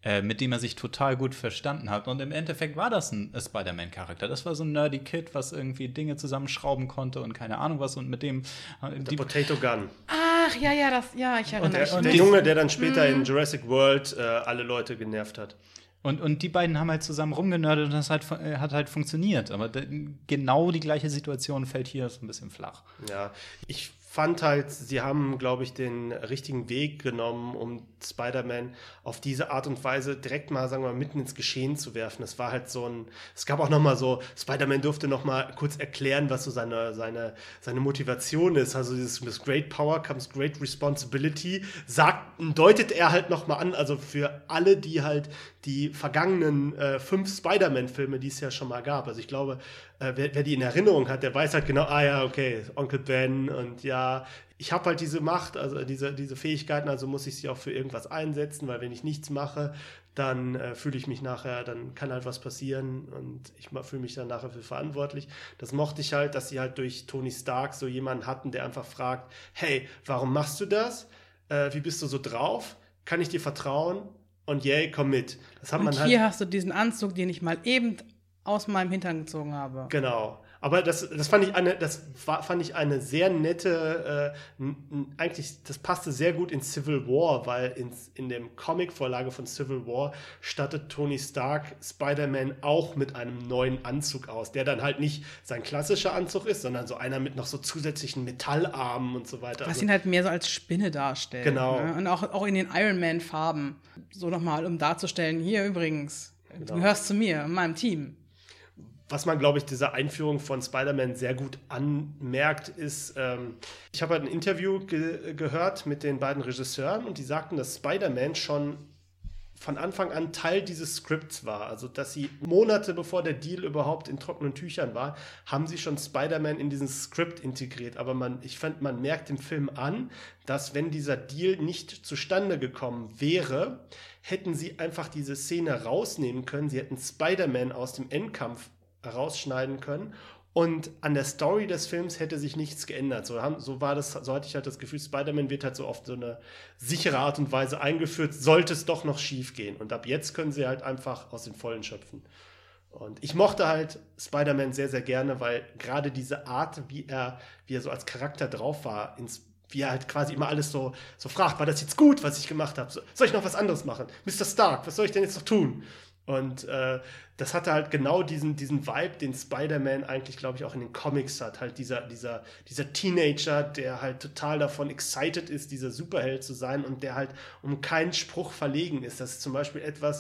äh, mit dem er sich total gut verstanden hat. Und im Endeffekt war das ein Spider-Man-Charakter. Das war so ein nerdy Kid, was irgendwie Dinge zusammenschrauben konnte und keine Ahnung was. Und mit dem äh, Der die Potato Gun. Ach, ja, ja, das, ja, ich erinnere Und der, mich. und der Junge, der dann später in Jurassic World äh, alle Leute genervt hat. Und, und die beiden haben halt zusammen rumgenördet und das hat, hat halt funktioniert. Aber de, genau die gleiche Situation fällt hier so ein bisschen flach. Ja, ich fand halt, sie haben, glaube ich, den richtigen Weg genommen, um Spider-Man auf diese Art und Weise direkt mal, sagen wir mal, mitten ins Geschehen zu werfen. Es war halt so ein, es gab auch noch mal so, Spider-Man durfte noch mal kurz erklären, was so seine, seine, seine Motivation ist. Also dieses with great power comes great responsibility, sagt, deutet er halt noch mal an, also für alle, die halt die vergangenen äh, fünf Spider-Man-Filme, die es ja schon mal gab. Also ich glaube, äh, wer, wer die in Erinnerung hat, der weiß halt genau, ah ja, okay, Onkel Ben und ja, ich habe halt diese Macht, also diese, diese Fähigkeiten, also muss ich sie auch für irgendwas einsetzen, weil wenn ich nichts mache, dann äh, fühle ich mich nachher, dann kann halt was passieren und ich fühle mich dann nachher für verantwortlich. Das mochte ich halt, dass sie halt durch Tony Stark so jemanden hatten, der einfach fragt, hey, warum machst du das? Äh, wie bist du so drauf? Kann ich dir vertrauen? Und yay, komm mit. Das hat und man hier halt, hast du diesen Anzug, den ich mal eben aus meinem Hintern gezogen habe. Genau. Aber das, das fand ich eine, das war, fand ich eine sehr nette, äh, n, n, eigentlich, das passte sehr gut in Civil War, weil in, in dem Comic-Vorlage von Civil War stattet Tony Stark Spider-Man auch mit einem neuen Anzug aus, der dann halt nicht sein klassischer Anzug ist, sondern so einer mit noch so zusätzlichen Metallarmen und so weiter. Was Also, ihn halt mehr so als Spinne darstellt. Genau. Ne? Und auch, auch in den Iron Man-Farben. So nochmal, um darzustellen, hier übrigens, Genau. du gehörst zu mir, in meinem Team. was man, glaube ich, dieser Einführung von Spider-Man sehr gut anmerkt, ist, ähm, ich habe halt ein Interview ge- gehört mit den beiden Regisseuren und die sagten, dass Spider-Man schon von Anfang an Teil dieses Skripts war. Also, dass sie Monate bevor der Deal überhaupt in trockenen Tüchern war, haben sie schon Spider-Man in dieses Skript integriert. Aber man, ich fand, man merkt im Film an, dass wenn dieser Deal nicht zustande gekommen wäre, hätten sie einfach diese Szene rausnehmen können. Sie hätten Spider-Man aus dem Endkampf rausschneiden können und an der Story des Films hätte sich nichts geändert. So, haben, so war das, so hatte ich halt das Gefühl, Spider-Man wird halt so auf so eine sichere Art und Weise eingeführt, sollte es doch noch schief gehen. Und ab jetzt können sie halt einfach aus den Vollen schöpfen. Und ich mochte halt Spider-Man sehr, sehr gerne, weil gerade diese Art, wie er, wie er so als Charakter drauf war, ins wie er halt quasi immer alles so, so fragt, war das jetzt gut, was ich gemacht habe? Soll ich noch was anderes machen? Mister Stark, was soll ich denn jetzt noch tun? Und äh, das hatte halt genau diesen, diesen Vibe, den Spider-Man eigentlich, glaube ich, auch in den Comics hat. Halt dieser, dieser, dieser Teenager, der halt total davon excited ist, dieser Superheld zu sein und der halt um keinen Spruch verlegen ist. Das ist zum Beispiel etwas,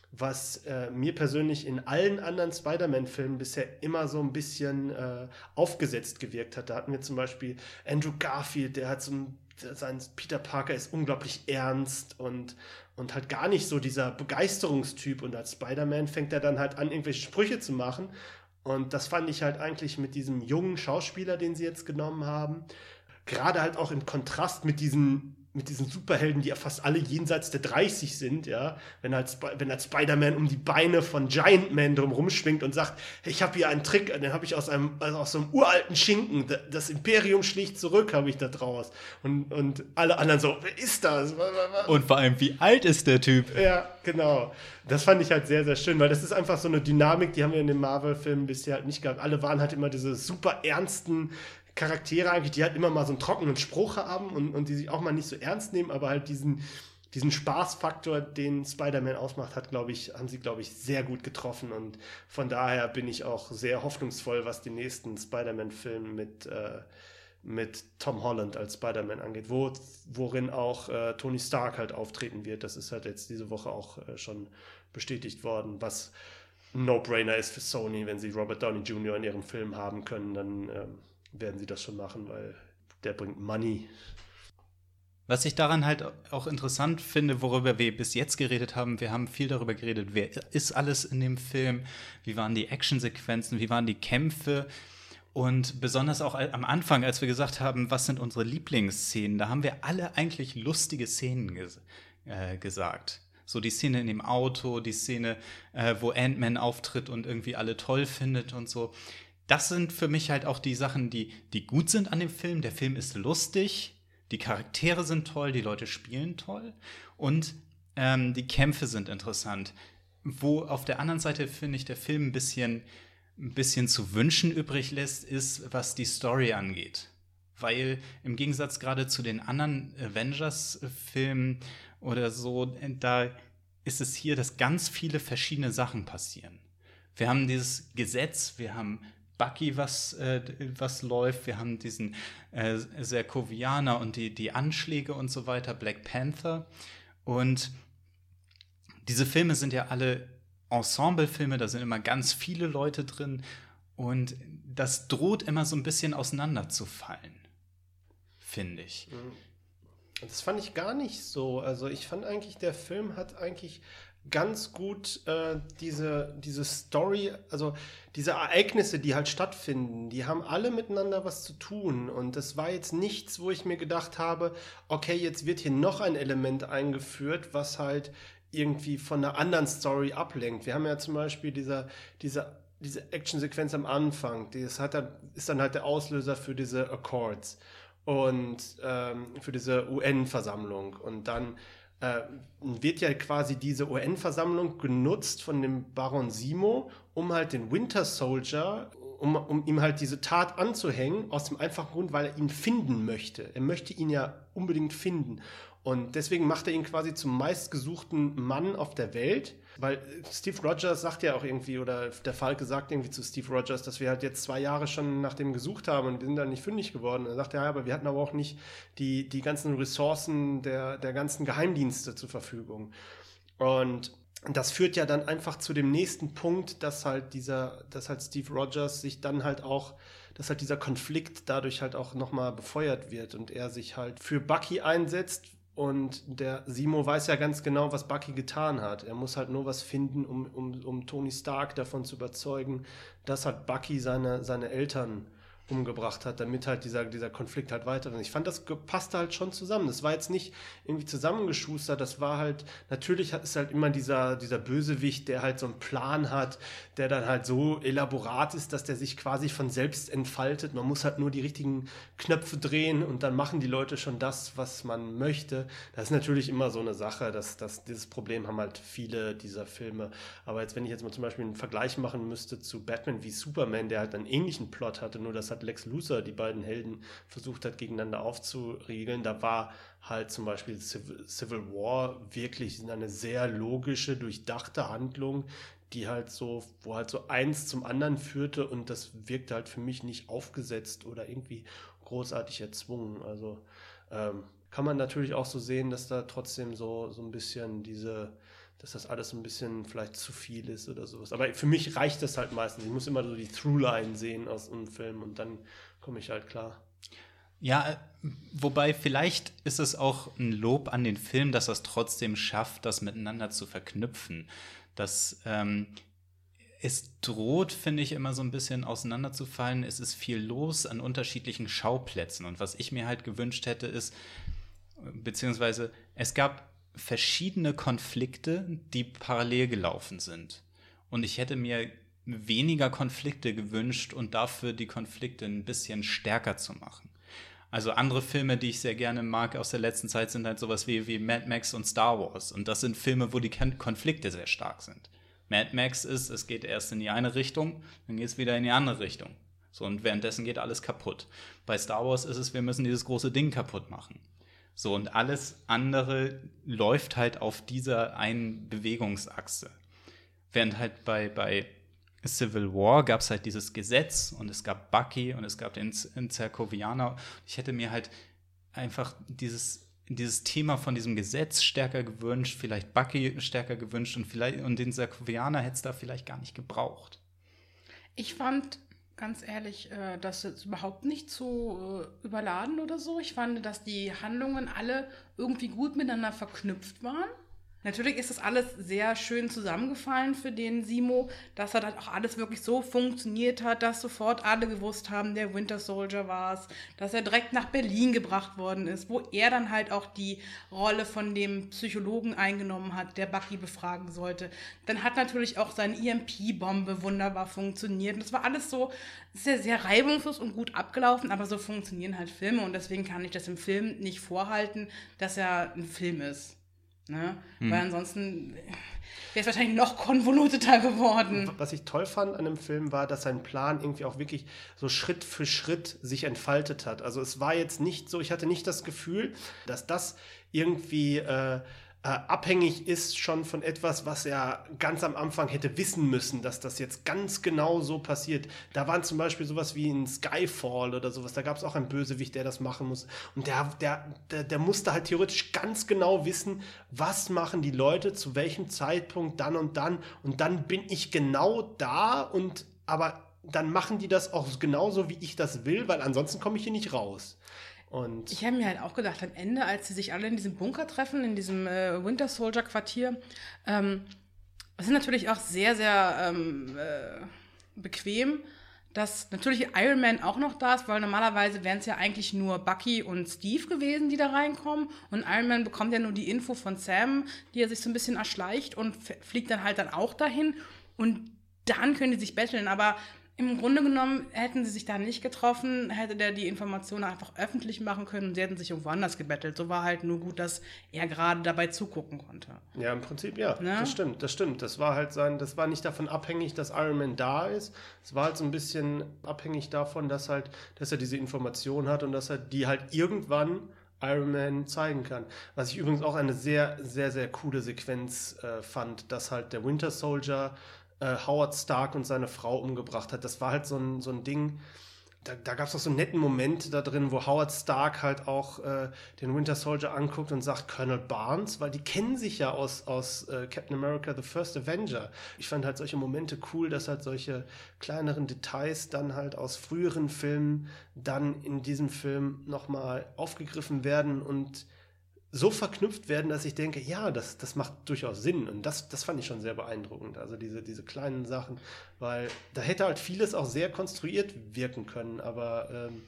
was äh, mir persönlich in allen anderen Spider-Man-Filmen bisher immer so ein bisschen äh, aufgesetzt gewirkt hat. Da hatten wir zum Beispiel Andrew Garfield, der hat so ein, sein Peter Parker ist unglaublich ernst und, und halt gar nicht so dieser Begeisterungstyp. Und als Spider-Man fängt er dann halt an, irgendwelche Sprüche zu machen. Und das fand ich halt eigentlich mit diesem jungen Schauspieler, den sie jetzt genommen haben, gerade halt auch im Kontrast mit diesen mit diesen Superhelden, die ja fast alle jenseits der dreißig sind, ja, wenn halt, Sp- wenn halt Spider-Man um die Beine von Giant Man drum rumschwingt und sagt, hey, ich habe hier einen Trick, den habe ich aus einem, also aus so einem uralten Schinken, das Imperium schlägt zurück, habe ich da draus. Und, und alle anderen so, wer ist das? Und vor allem, wie alt ist der Typ? Ja, genau. Das fand ich halt sehr, sehr schön, weil das ist einfach so eine Dynamik, die haben wir in den Marvel-Filmen bisher halt nicht gehabt. Alle waren halt immer diese super ernsten Charaktere eigentlich, die halt immer mal so einen trockenen Spruch haben und, und die sich auch mal nicht so ernst nehmen, aber halt diesen, diesen Spaßfaktor, den Spider-Man ausmacht, hat, glaube ich, haben sie, glaube ich, sehr gut getroffen und von daher bin ich auch sehr hoffnungsvoll, was den nächsten Spider-Man-Film mit, äh, mit Tom Holland als Spider-Man angeht, wo, worin auch äh, Tony Stark halt auftreten wird. Das ist halt jetzt diese Woche auch äh, schon bestätigt worden, was ein No-Brainer ist für Sony, wenn sie Robert Downey Junior in ihrem Film haben können, dann ähm, werden sie das schon machen, weil der bringt Money. Was ich daran halt auch interessant finde, worüber wir bis jetzt geredet haben, wir haben viel darüber geredet, wer ist alles in dem Film, wie waren die Actionsequenzen, wie waren die Kämpfe und besonders auch am Anfang, als wir gesagt haben, was sind unsere Lieblingsszenen, da haben wir alle eigentlich lustige Szenen ges- äh, gesagt. So die Szene in dem Auto, die Szene, äh, wo Ant-Man auftritt und irgendwie alle toll findet und so. Das sind für mich halt auch die Sachen, die, die gut sind an dem Film. Der Film ist lustig, die Charaktere sind toll, die Leute spielen toll. Und ähm, die Kämpfe sind interessant. Wo auf der anderen Seite, finde ich, der Film ein bisschen, ein bisschen zu wünschen übrig lässt, ist, was die Story angeht. Weil im Gegensatz gerade zu den anderen Avengers-Filmen oder so, da ist es hier, dass ganz viele verschiedene Sachen passieren. Wir haben dieses Gesetz, wir haben Bucky, was, äh, was läuft, wir haben diesen äh, Sokovianer und die, die Anschläge und so weiter, Black Panther. Und diese Filme sind ja alle Ensemble-Filme, da sind immer ganz viele Leute drin und das droht immer so ein bisschen auseinanderzufallen, finde ich. Das fand ich gar nicht so. Also ich fand eigentlich, der Film hat eigentlich ganz gut äh, diese, diese Story, also diese Ereignisse, die halt stattfinden, die haben alle miteinander was zu tun. Und das war jetzt nichts, wo ich mir gedacht habe, okay, jetzt wird hier noch ein Element eingeführt, was halt irgendwie von einer anderen Story ablenkt. Wir haben ja zum Beispiel dieser, diese, diese Actionsequenz am Anfang, das hat dann, ist dann halt der Auslöser für diese Accords und ähm, für diese U N-Versammlung. Und dann äh, wird ja quasi diese U N-Versammlung genutzt von dem Baron Zemo, um halt den Winter Soldier, um, um ihm halt diese Tat anzuhängen, aus dem einfachen Grund, weil er ihn finden möchte. Er möchte ihn ja unbedingt finden. Und deswegen macht er ihn quasi zum meistgesuchten Mann auf der Welt, weil Steve Rogers sagt ja auch irgendwie, oder der Falke sagt irgendwie zu Steve Rogers, dass wir halt jetzt zwei Jahre schon nach dem gesucht haben und wir sind dann nicht fündig geworden. Er sagt ja, aber wir hatten aber auch nicht die, die ganzen Ressourcen der, der ganzen Geheimdienste zur Verfügung. Und das führt ja dann einfach zu dem nächsten Punkt, dass halt dieser, dass halt Steve Rogers sich dann halt auch, dass halt dieser Konflikt dadurch halt auch nochmal befeuert wird und er sich halt für Bucky einsetzt. Und der Zemo weiß ja ganz genau, was Bucky getan hat. Er muss halt nur was finden, um, um, um Tony Stark davon zu überzeugen, dass halt Bucky seine, seine Eltern umgebracht hat, damit halt dieser, dieser Konflikt halt weiter. Und ich fand, das passte halt schon zusammen. Das war jetzt nicht irgendwie zusammengeschustert, das war halt, natürlich ist halt immer dieser, dieser Bösewicht, der halt so einen Plan hat, der dann halt so elaborat ist, dass der sich quasi von selbst entfaltet. Man muss halt nur die richtigen Knöpfe drehen und dann machen die Leute schon das, was man möchte. Das ist natürlich immer so eine Sache, dass, dass dieses Problem haben halt viele dieser Filme. Aber jetzt, wenn ich jetzt mal zum Beispiel einen Vergleich machen müsste zu Batman wie Superman, der halt einen ähnlichen Plot hatte, nur dass halt Lex Luthor die beiden Helden versucht hat, gegeneinander aufzuriegeln. Da war halt zum Beispiel Civil War wirklich eine sehr logische, durchdachte Handlung, die halt so, wo halt so eins zum anderen führte und das wirkte halt für mich nicht aufgesetzt oder irgendwie großartig erzwungen. Also ähm, kann man natürlich auch so sehen, dass da trotzdem so, so ein bisschen diese, dass das alles ein bisschen vielleicht zu viel ist oder sowas. Aber für mich reicht das halt meistens. Ich muss immer so die Throughline sehen aus einem Film und dann komme ich halt klar. Ja, wobei vielleicht ist es auch ein Lob an den Film, dass er es trotzdem schafft, das miteinander zu verknüpfen. Das ähm, es droht, finde ich, immer so ein bisschen auseinanderzufallen. Es ist viel los an unterschiedlichen Schauplätzen. Und was ich mir halt gewünscht hätte, ist, beziehungsweise es gab verschiedene Konflikte, die parallel gelaufen sind. Und ich hätte mir weniger Konflikte gewünscht und dafür die Konflikte ein bisschen stärker zu machen. Also andere Filme, die ich sehr gerne mag aus der letzten Zeit, sind halt sowas wie, wie Mad Max und Star Wars. Und das sind Filme, wo die Konflikte sehr stark sind. Mad Max ist, es geht erst in die eine Richtung, dann geht es wieder in die andere Richtung. So, und währenddessen geht alles kaputt. Bei Star Wars ist es, wir müssen dieses große Ding kaputt machen. So, und alles andere läuft halt auf dieser einen Bewegungsachse. Während halt bei, bei Civil War gab es halt dieses Gesetz und es gab Bucky und es gab den Sokovianer. Ich hätte mir halt einfach dieses, dieses Thema von diesem Gesetz stärker gewünscht, vielleicht Bucky stärker gewünscht und, vielleicht, und den Sokovianer hätte es da vielleicht gar nicht gebraucht. Ich fand, ganz ehrlich, äh, das ist überhaupt nicht so äh, überladen oder so. Ich fand, dass die Handlungen alle irgendwie gut miteinander verknüpft waren. Natürlich ist das alles sehr schön zusammengefallen für den Zemo, dass er dann auch alles wirklich so funktioniert hat, dass sofort alle gewusst haben, der Winter Soldier war es, dass er direkt nach Berlin gebracht worden ist, wo er dann halt auch die Rolle von dem Psychologen eingenommen hat, der Bucky befragen sollte. Dann hat natürlich auch seine E M P-Bombe wunderbar funktioniert. Und das war alles so sehr, sehr reibungslos und gut abgelaufen, aber so funktionieren halt Filme und deswegen kann ich das im Film nicht vorhalten, dass er ein Film ist. Ne? Hm. Weil ansonsten wäre es wahrscheinlich noch konvoluteter geworden. Was ich toll fand an dem Film war, dass sein Plan irgendwie auch wirklich so Schritt für Schritt sich entfaltet hat. Also es war jetzt nicht so, ich hatte nicht das Gefühl, dass das irgendwie äh, äh, abhängig ist schon von etwas, was er ganz am Anfang hätte wissen müssen, dass das jetzt ganz genau so passiert. Da waren zum Beispiel sowas wie in Skyfall oder sowas, da gab es auch einen Bösewicht, der das machen muss. Und der, der, der, der musste halt theoretisch ganz genau wissen, was machen die Leute, zu welchem Zeitpunkt, dann und dann. Und dann bin ich genau da und aber dann machen die das auch genauso, wie ich das will, weil ansonsten komme ich hier nicht raus. Und ich habe mir halt auch gedacht, am Ende, als sie sich alle in diesem Bunker treffen, in diesem äh, Winter Soldier Quartier, ähm, das ist natürlich auch sehr, sehr ähm, äh, bequem, dass natürlich Iron Man auch noch da ist, weil normalerweise wären es ja eigentlich nur Bucky und Steve gewesen, die da reinkommen. Und Iron Man bekommt ja nur die Info von Sam, die er sich so ein bisschen erschleicht und f- fliegt dann halt dann auch dahin. Und dann können die sich betteln, aber im Grunde genommen hätten sie sich da nicht getroffen, hätte der die Informationen einfach öffentlich machen können und sie hätten sich irgendwo anders gebettelt. So war halt nur gut, dass er gerade dabei zugucken konnte. Ja, im Prinzip ja, Ne? das stimmt, das stimmt. Das war halt sein, das war nicht davon abhängig, dass Iron Man da ist. Es war halt so ein bisschen abhängig davon, dass halt, dass er diese Information hat und dass er die halt irgendwann Iron Man zeigen kann. Was ich übrigens auch eine sehr, sehr, sehr coole Sequenz äh, fand, dass halt der Winter Soldier Howard Stark und seine Frau umgebracht hat. Das war halt so ein, so ein Ding, da, da gab es auch so einen netten Moment da drin, wo Howard Stark halt auch äh, den Winter Soldier anguckt und sagt, Colonel Barnes, weil die kennen sich ja aus, aus äh, Captain America The First Avenger. Ich fand halt solche Momente cool, dass halt solche kleineren Details dann halt aus früheren Filmen dann in diesem Film nochmal aufgegriffen werden und so verknüpft werden, dass ich denke, ja, das, das macht durchaus Sinn. Und das, das fand ich schon sehr beeindruckend. Also diese, diese kleinen Sachen, weil da hätte halt vieles auch sehr konstruiert wirken können. Aber ähm,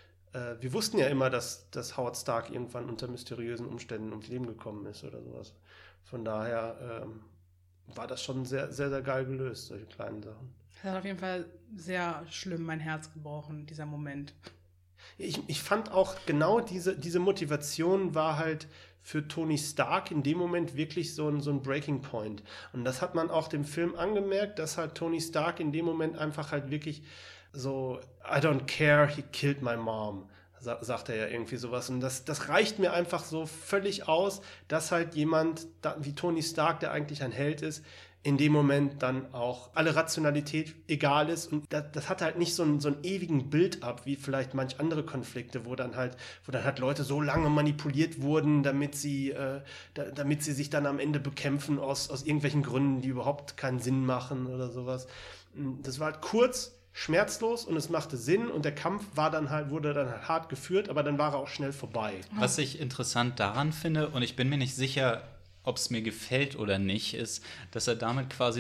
äh, wir wussten ja immer, dass, dass Howard Stark irgendwann unter mysteriösen Umständen ums Leben gekommen ist oder sowas. Von daher ähm, war das schon sehr, sehr, sehr geil gelöst, solche kleinen Sachen. Das hat auf jeden Fall sehr schlimm mein Herz gebrochen, dieser Moment. Ich, ich fand auch genau diese, diese Motivation war halt für Tony Stark in dem Moment wirklich so ein, so ein Breaking Point. Und das hat man auch dem Film angemerkt, dass halt Tony Stark in dem Moment einfach halt wirklich so, I don't care, he killed my mom, sa- sagt er ja irgendwie sowas. Und das, das reicht mir einfach so völlig aus, dass halt jemand da, wie Tony Stark, der eigentlich ein Held ist, in dem Moment dann auch alle Rationalität egal ist. Und das, das hat halt nicht so einen, so einen ewigen Build-up, wie vielleicht manch andere Konflikte, wo dann halt, wo dann halt Leute so lange manipuliert wurden, damit sie, äh, da, damit sie sich dann am Ende bekämpfen aus, aus irgendwelchen Gründen, die überhaupt keinen Sinn machen oder sowas. Das war halt kurz, schmerzlos und es machte Sinn und der Kampf war dann halt, wurde dann halt hart geführt, aber dann war er auch schnell vorbei. Was ich interessant daran finde, und ich bin mir nicht sicher, ob es mir gefällt oder nicht, ist, dass er damit quasi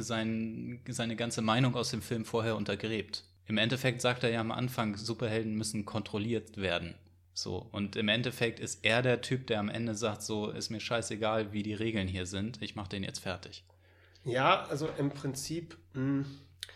sein, seine ganze Meinung aus dem Film vorher untergräbt. Im Endeffekt sagt er ja am Anfang, Superhelden müssen kontrolliert werden. So, und im Endeffekt ist er der Typ, der am Ende sagt, so, ist mir scheißegal, wie die Regeln hier sind, ich mach den jetzt fertig. Ja, also im Prinzip... Mh,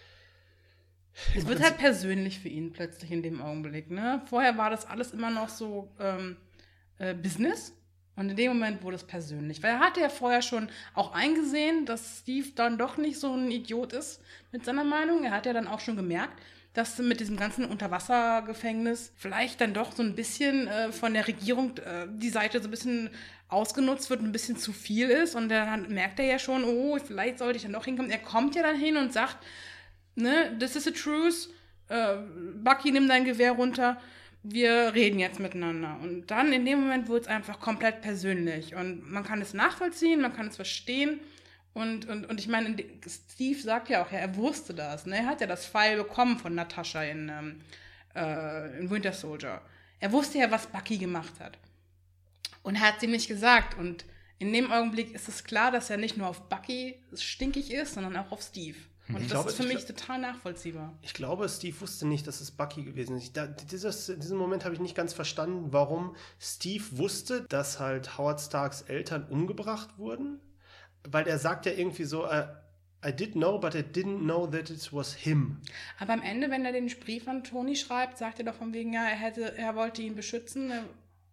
Es wird halt persönlich für ihn plötzlich in dem Augenblick, ne? Vorher war das alles immer noch so ähm, äh, Business. Und in dem Moment wurde es persönlich. Weil er hatte ja vorher schon auch eingesehen, dass Steve dann doch nicht so ein Idiot ist mit seiner Meinung. Er hat ja dann auch schon gemerkt, dass mit diesem ganzen Unterwassergefängnis vielleicht dann doch so ein bisschen äh, von der Regierung äh, die Seite so ein bisschen ausgenutzt wird, ein bisschen zu viel ist. Und dann merkt er ja schon, oh, vielleicht sollte ich dann doch hinkommen. Er kommt ja dann hin und sagt, ne, this is the truth. Äh, Bucky, nimm dein Gewehr runter. Wir reden jetzt miteinander. Und dann in dem Moment wurde es einfach komplett persönlich. Und man kann es nachvollziehen, man kann es verstehen. Und, und, und ich meine, Steve sagt ja auch, ja, er wusste das. Ne? Er hat ja das Pfeil bekommen von Natascha in, ähm, äh, in Winter Soldier. Er wusste ja, was Bucky gemacht hat. Und er hat es ihm nicht gesagt. Und in dem Augenblick ist es klar, dass er nicht nur auf Bucky stinkig ist, sondern auch auf Steve. Und ich das glaube, ist für mich glaub, total nachvollziehbar. Ich glaube, Steve wusste nicht, dass es Bucky gewesen ist. Ich, da, dieses, diesen Moment habe ich nicht ganz verstanden, warum Steve wusste, dass halt Howard Starks Eltern umgebracht wurden. Weil er sagt ja irgendwie so, uh, I did know, but I didn't know that it was him. Aber am Ende, wenn er den Brief an Tony schreibt, sagt er doch von wegen, ja, er hätte, er wollte ihn beschützen.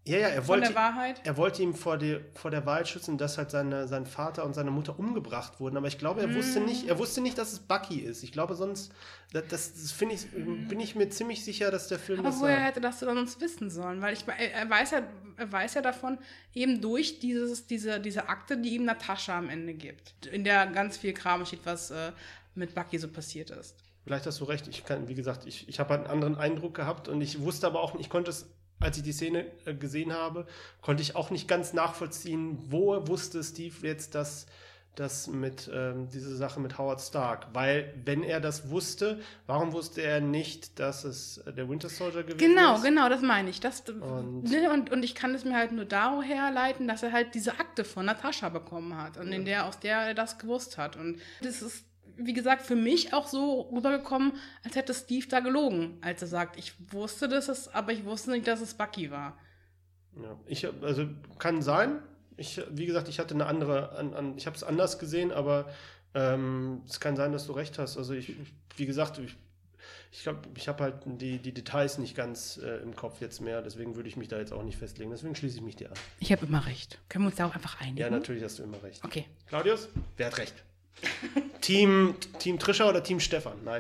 Ja, ja, er von wollte, der Wahrheit. er wollte ihm vor, die, vor der Wahrheit schützen, dass halt seine, sein Vater und seine Mutter umgebracht wurden. Aber ich glaube, er mm. wusste nicht, er wusste nicht, dass es Bucky ist. Ich glaube, sonst, das, das, das finde ich, mm. bin ich mir ziemlich sicher, dass der Film Aber das woher sagt. hätte das sonst wissen sollen? Weil ich, er, weiß ja, er weiß ja davon, eben durch dieses, diese, diese Akte, die ihm Natascha am Ende gibt. In der ganz viel Kram steht, was äh, mit Bucky so passiert ist. Vielleicht hast du recht. Ich kann, wie gesagt, ich, ich habe einen anderen Eindruck gehabt und ich wusste aber auch, ich konnte es, als ich die Szene äh, gesehen habe, konnte ich auch nicht ganz nachvollziehen, wo wusste Steve jetzt, dass das mit ähm, diese Sache mit Howard Stark, weil wenn er das wusste, warum wusste er nicht, dass es der Winter Soldier gewesen genau, ist? Genau, genau, das meine ich. Das, und, ne, und, und ich kann es mir halt nur daher herleiten, dass er halt diese Akte von Natascha bekommen hat und ja. in der, aus der er das gewusst hat. Und das ist, wie gesagt, für mich auch so rübergekommen, als hätte Steve da gelogen, als er sagt, ich wusste das, aber ich wusste nicht, dass es Bucky war. Ja, ich, also kann sein. Ich, wie gesagt, ich hatte eine andere, an, an, ich habe es anders gesehen, aber ähm, es kann sein, dass du recht hast. Also ich, wie gesagt, ich ich glaube, ich habe halt die, die Details nicht ganz äh, im Kopf jetzt mehr, deswegen würde ich mich da jetzt auch nicht festlegen. Deswegen schließe ich mich dir an. Ich habe immer recht. Können wir uns da auch einfach einigen? Ja, natürlich hast du immer recht. Okay. Claudius, wer hat recht? Team, Team Trisha oder Team Stefan? Nein.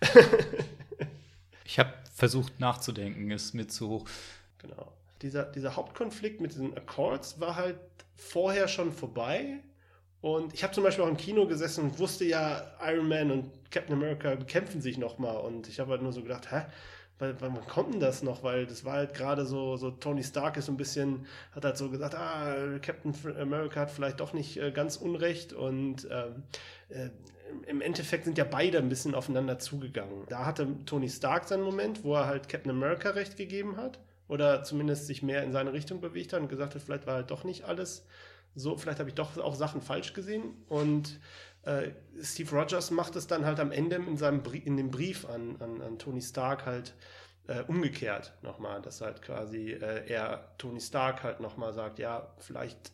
Ich habe versucht nachzudenken, ist mir zu hoch. Genau. Dieser, dieser Hauptkonflikt mit diesen Accords war halt vorher schon vorbei. Und ich habe zum Beispiel auch im Kino gesessen und wusste ja, Iron Man und Captain America bekämpfen sich nochmal. Und ich habe halt nur so gedacht, hä? Wann kommt denn das noch? Weil das war halt gerade so, so Tony Stark ist so ein bisschen, hat halt so gesagt, ah, Captain America hat vielleicht doch nicht äh, ganz Unrecht. Und ähm, äh, im Endeffekt sind ja beide ein bisschen aufeinander zugegangen. Da hatte Tony Stark seinen Moment, wo er halt Captain America recht gegeben hat. Oder zumindest sich mehr in seine Richtung bewegt hat und gesagt hat, vielleicht war halt doch nicht alles so, vielleicht habe ich doch auch Sachen falsch gesehen. Und äh, Steve Rogers macht es dann halt am Ende in, seinem Brie- in dem Brief an, an, an Tony Stark halt äh, umgekehrt nochmal, dass halt quasi äh, er Tony Stark halt nochmal sagt, ja, vielleicht,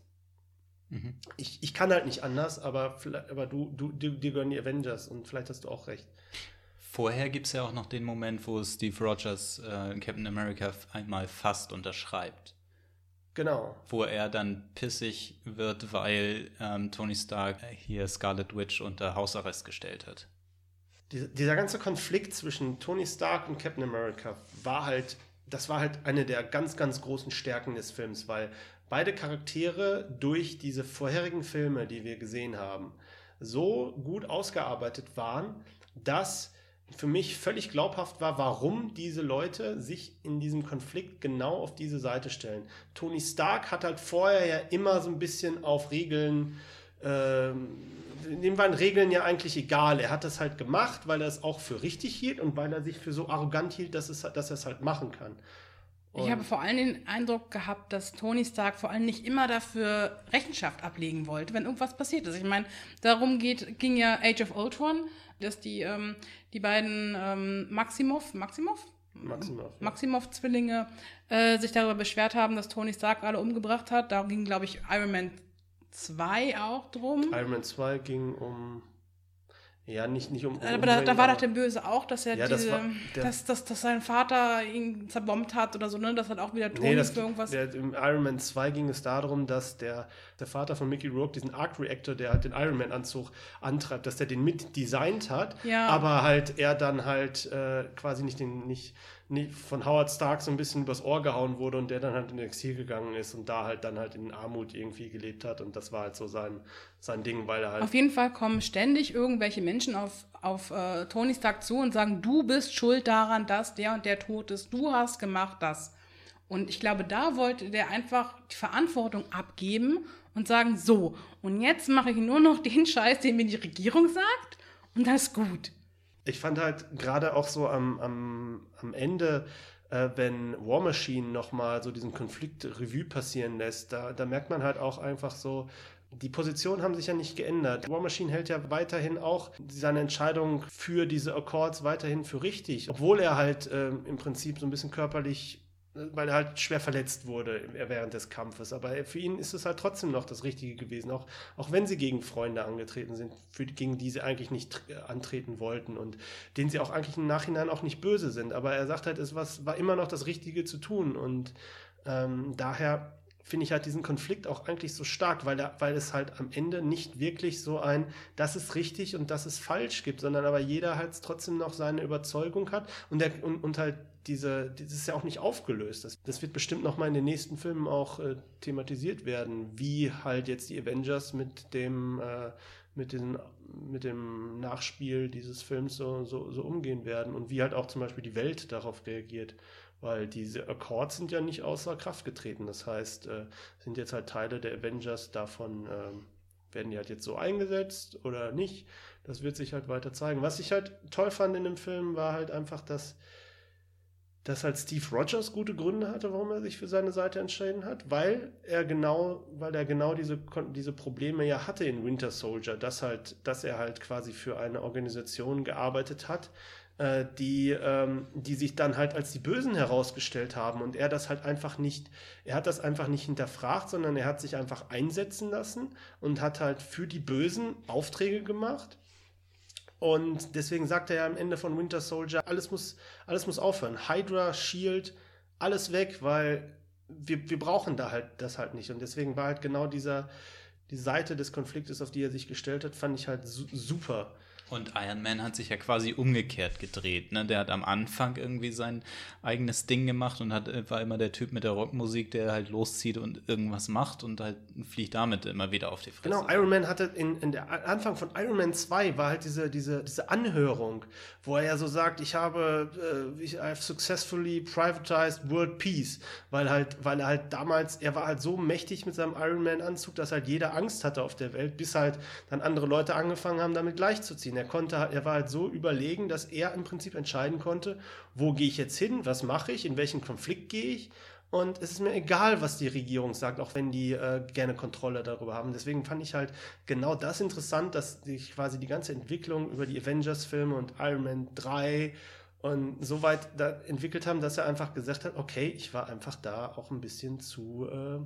mhm. ich, ich kann halt nicht anders, aber, aber du, du, dir gehören die Avengers und vielleicht hast du auch recht. Vorher gibt es ja auch noch den Moment, wo Steve Rogers äh, Captain America einmal fast unterschreibt. Genau. Wo er dann pissig wird, weil ähm, Tony Stark hier Scarlet Witch unter Hausarrest gestellt hat. Dieser, dieser ganze Konflikt zwischen Tony Stark und Captain America war halt, das war halt eine der ganz, ganz großen Stärken des Films, weil beide Charaktere durch diese vorherigen Filme, die wir gesehen haben, so gut ausgearbeitet waren, dass für mich völlig glaubhaft war, warum diese Leute sich in diesem Konflikt genau auf diese Seite stellen. Tony Stark hat halt vorher ja immer so ein bisschen auf Regeln, ähm, dem waren Regeln ja eigentlich egal. Er hat das halt gemacht, weil er es auch für richtig hielt und weil er sich für so arrogant hielt, dass, es, dass er es halt machen kann. Und ich habe vor allem den Eindruck gehabt, dass Tony Stark vor allem nicht immer dafür Rechenschaft ablegen wollte, wenn irgendwas passiert ist. Ich meine, darum geht, ging ja Age of Ultron, dass die, ähm, die beiden ähm, Maximoff, Maximoff? Maximoff, ja. Maximoff-Zwillinge äh, sich darüber beschwert haben, dass Tony Stark alle umgebracht hat. Da ging, glaube ich, Iron Man zwei auch drum. Iron Man zwei ging um... Ja, nicht, nicht um... Aber da, da war doch der Böse auch, dass er ja, diese, das war, der, dass, dass, dass sein Vater ihn zerbombt hat oder so, ne? Das hat auch wieder Tony nee, das, für irgendwas... Der, Im Iron Man zwei ging es darum, dass der, der Vater von Mickey Rourke diesen Arc Reactor, der halt den Iron Man Anzug antreibt, dass der den mit designt hat, ja. aber halt er dann halt äh, quasi nicht, den, nicht, nicht von Howard Stark so ein bisschen übers Ohr gehauen wurde und der dann halt in Exil gegangen ist und da halt dann halt in Armut irgendwie gelebt hat und das war halt so sein, sein Ding, weil er halt... Auf jeden Fall kommen ständig irgendwelche Menschen auf, auf äh, Tony Stark zu und sagen, du bist schuld daran, dass der und der tot ist, du hast gemacht das. Und ich glaube, da wollte der einfach die Verantwortung abgeben und sagen, so, und jetzt mache ich nur noch den Scheiß, den mir die Regierung sagt und das ist gut. Ich fand halt gerade auch so am, am, am Ende, äh, wenn War Machine nochmal so diesen Konflikt Revue passieren lässt, da, da merkt man halt auch einfach so, die Positionen haben sich ja nicht geändert. War Machine hält ja weiterhin auch seine Entscheidung für diese Accords weiterhin für richtig, obwohl er halt äh, im Prinzip so ein bisschen körperlich, weil er halt schwer verletzt wurde während des Kampfes. Aber für ihn ist es halt trotzdem noch das Richtige gewesen, auch, auch wenn sie gegen Freunde angetreten sind, für, gegen die sie eigentlich nicht antreten wollten und denen sie auch eigentlich im Nachhinein auch nicht böse sind. Aber er sagt halt, es was, war immer noch das Richtige zu tun und ähm, daher finde ich halt diesen Konflikt auch eigentlich so stark, weil, er, weil es halt am Ende nicht wirklich so ein, das ist richtig und das ist falsch gibt, sondern aber jeder halt trotzdem noch seine Überzeugung hat und, der, und, und halt diese, das ist ja auch nicht aufgelöst. Das, das wird bestimmt noch mal in den nächsten Filmen auch äh, thematisiert werden, wie halt jetzt die Avengers mit dem, äh, mit den, mit dem Nachspiel dieses Films so, so, so umgehen werden und wie halt auch zum Beispiel die Welt darauf reagiert. Weil diese Accords sind ja nicht außer Kraft getreten. Das heißt, äh, sind jetzt halt Teile der Avengers davon, ähm, werden die halt jetzt so eingesetzt oder nicht. Das wird sich halt weiter zeigen. Was ich halt toll fand in dem Film, war halt einfach, dass, dass halt Steve Rogers gute Gründe hatte, warum er sich für seine Seite entschieden hat, weil er genau, weil er genau diese, diese Probleme ja hatte in Winter Soldier, dass halt, dass er halt quasi für eine Organisation gearbeitet hat, die, ähm, die sich dann halt als die Bösen herausgestellt haben und er das halt einfach nicht, er hat das einfach nicht hinterfragt, sondern er hat sich einfach einsetzen lassen und hat halt für die Bösen Aufträge gemacht und deswegen sagt er ja am Ende von Winter Soldier, alles muss, alles muss aufhören, Hydra, Shield, alles weg, weil wir, wir brauchen da halt das halt nicht und deswegen war halt genau dieser, die Seite des Konfliktes, auf die er sich gestellt hat, fand ich halt su- super. Und Iron Man hat sich ja quasi umgekehrt gedreht, ne? Der hat am Anfang irgendwie sein eigenes Ding gemacht und hat, war immer der Typ mit der Rockmusik, der halt loszieht und irgendwas macht und halt fliegt damit immer wieder auf die Fresse. Genau, Iron Man hatte in, in der Anfang von Iron Man zwei war halt diese, diese, diese Anhörung, wo er ja so sagt, ich habe, äh, ich have successfully privatized world peace, weil halt, weil er halt damals, er war halt so mächtig mit seinem Iron Man Anzug, dass halt jeder Angst hatte auf der Welt, bis halt dann andere Leute angefangen haben, damit gleichzuziehen. Er konnte, er war halt so überlegen, dass er im Prinzip entscheiden konnte, wo gehe ich jetzt hin, was mache ich, in welchen Konflikt gehe ich und es ist mir egal, was die Regierung sagt, auch wenn die äh, gerne Kontrolle darüber haben. Deswegen fand ich halt genau das interessant, dass sich quasi die ganze Entwicklung über die Avengers-Filme und Iron Man drei und so weit da entwickelt haben, dass er einfach gesagt hat, okay, ich war einfach da auch ein bisschen zu... Äh,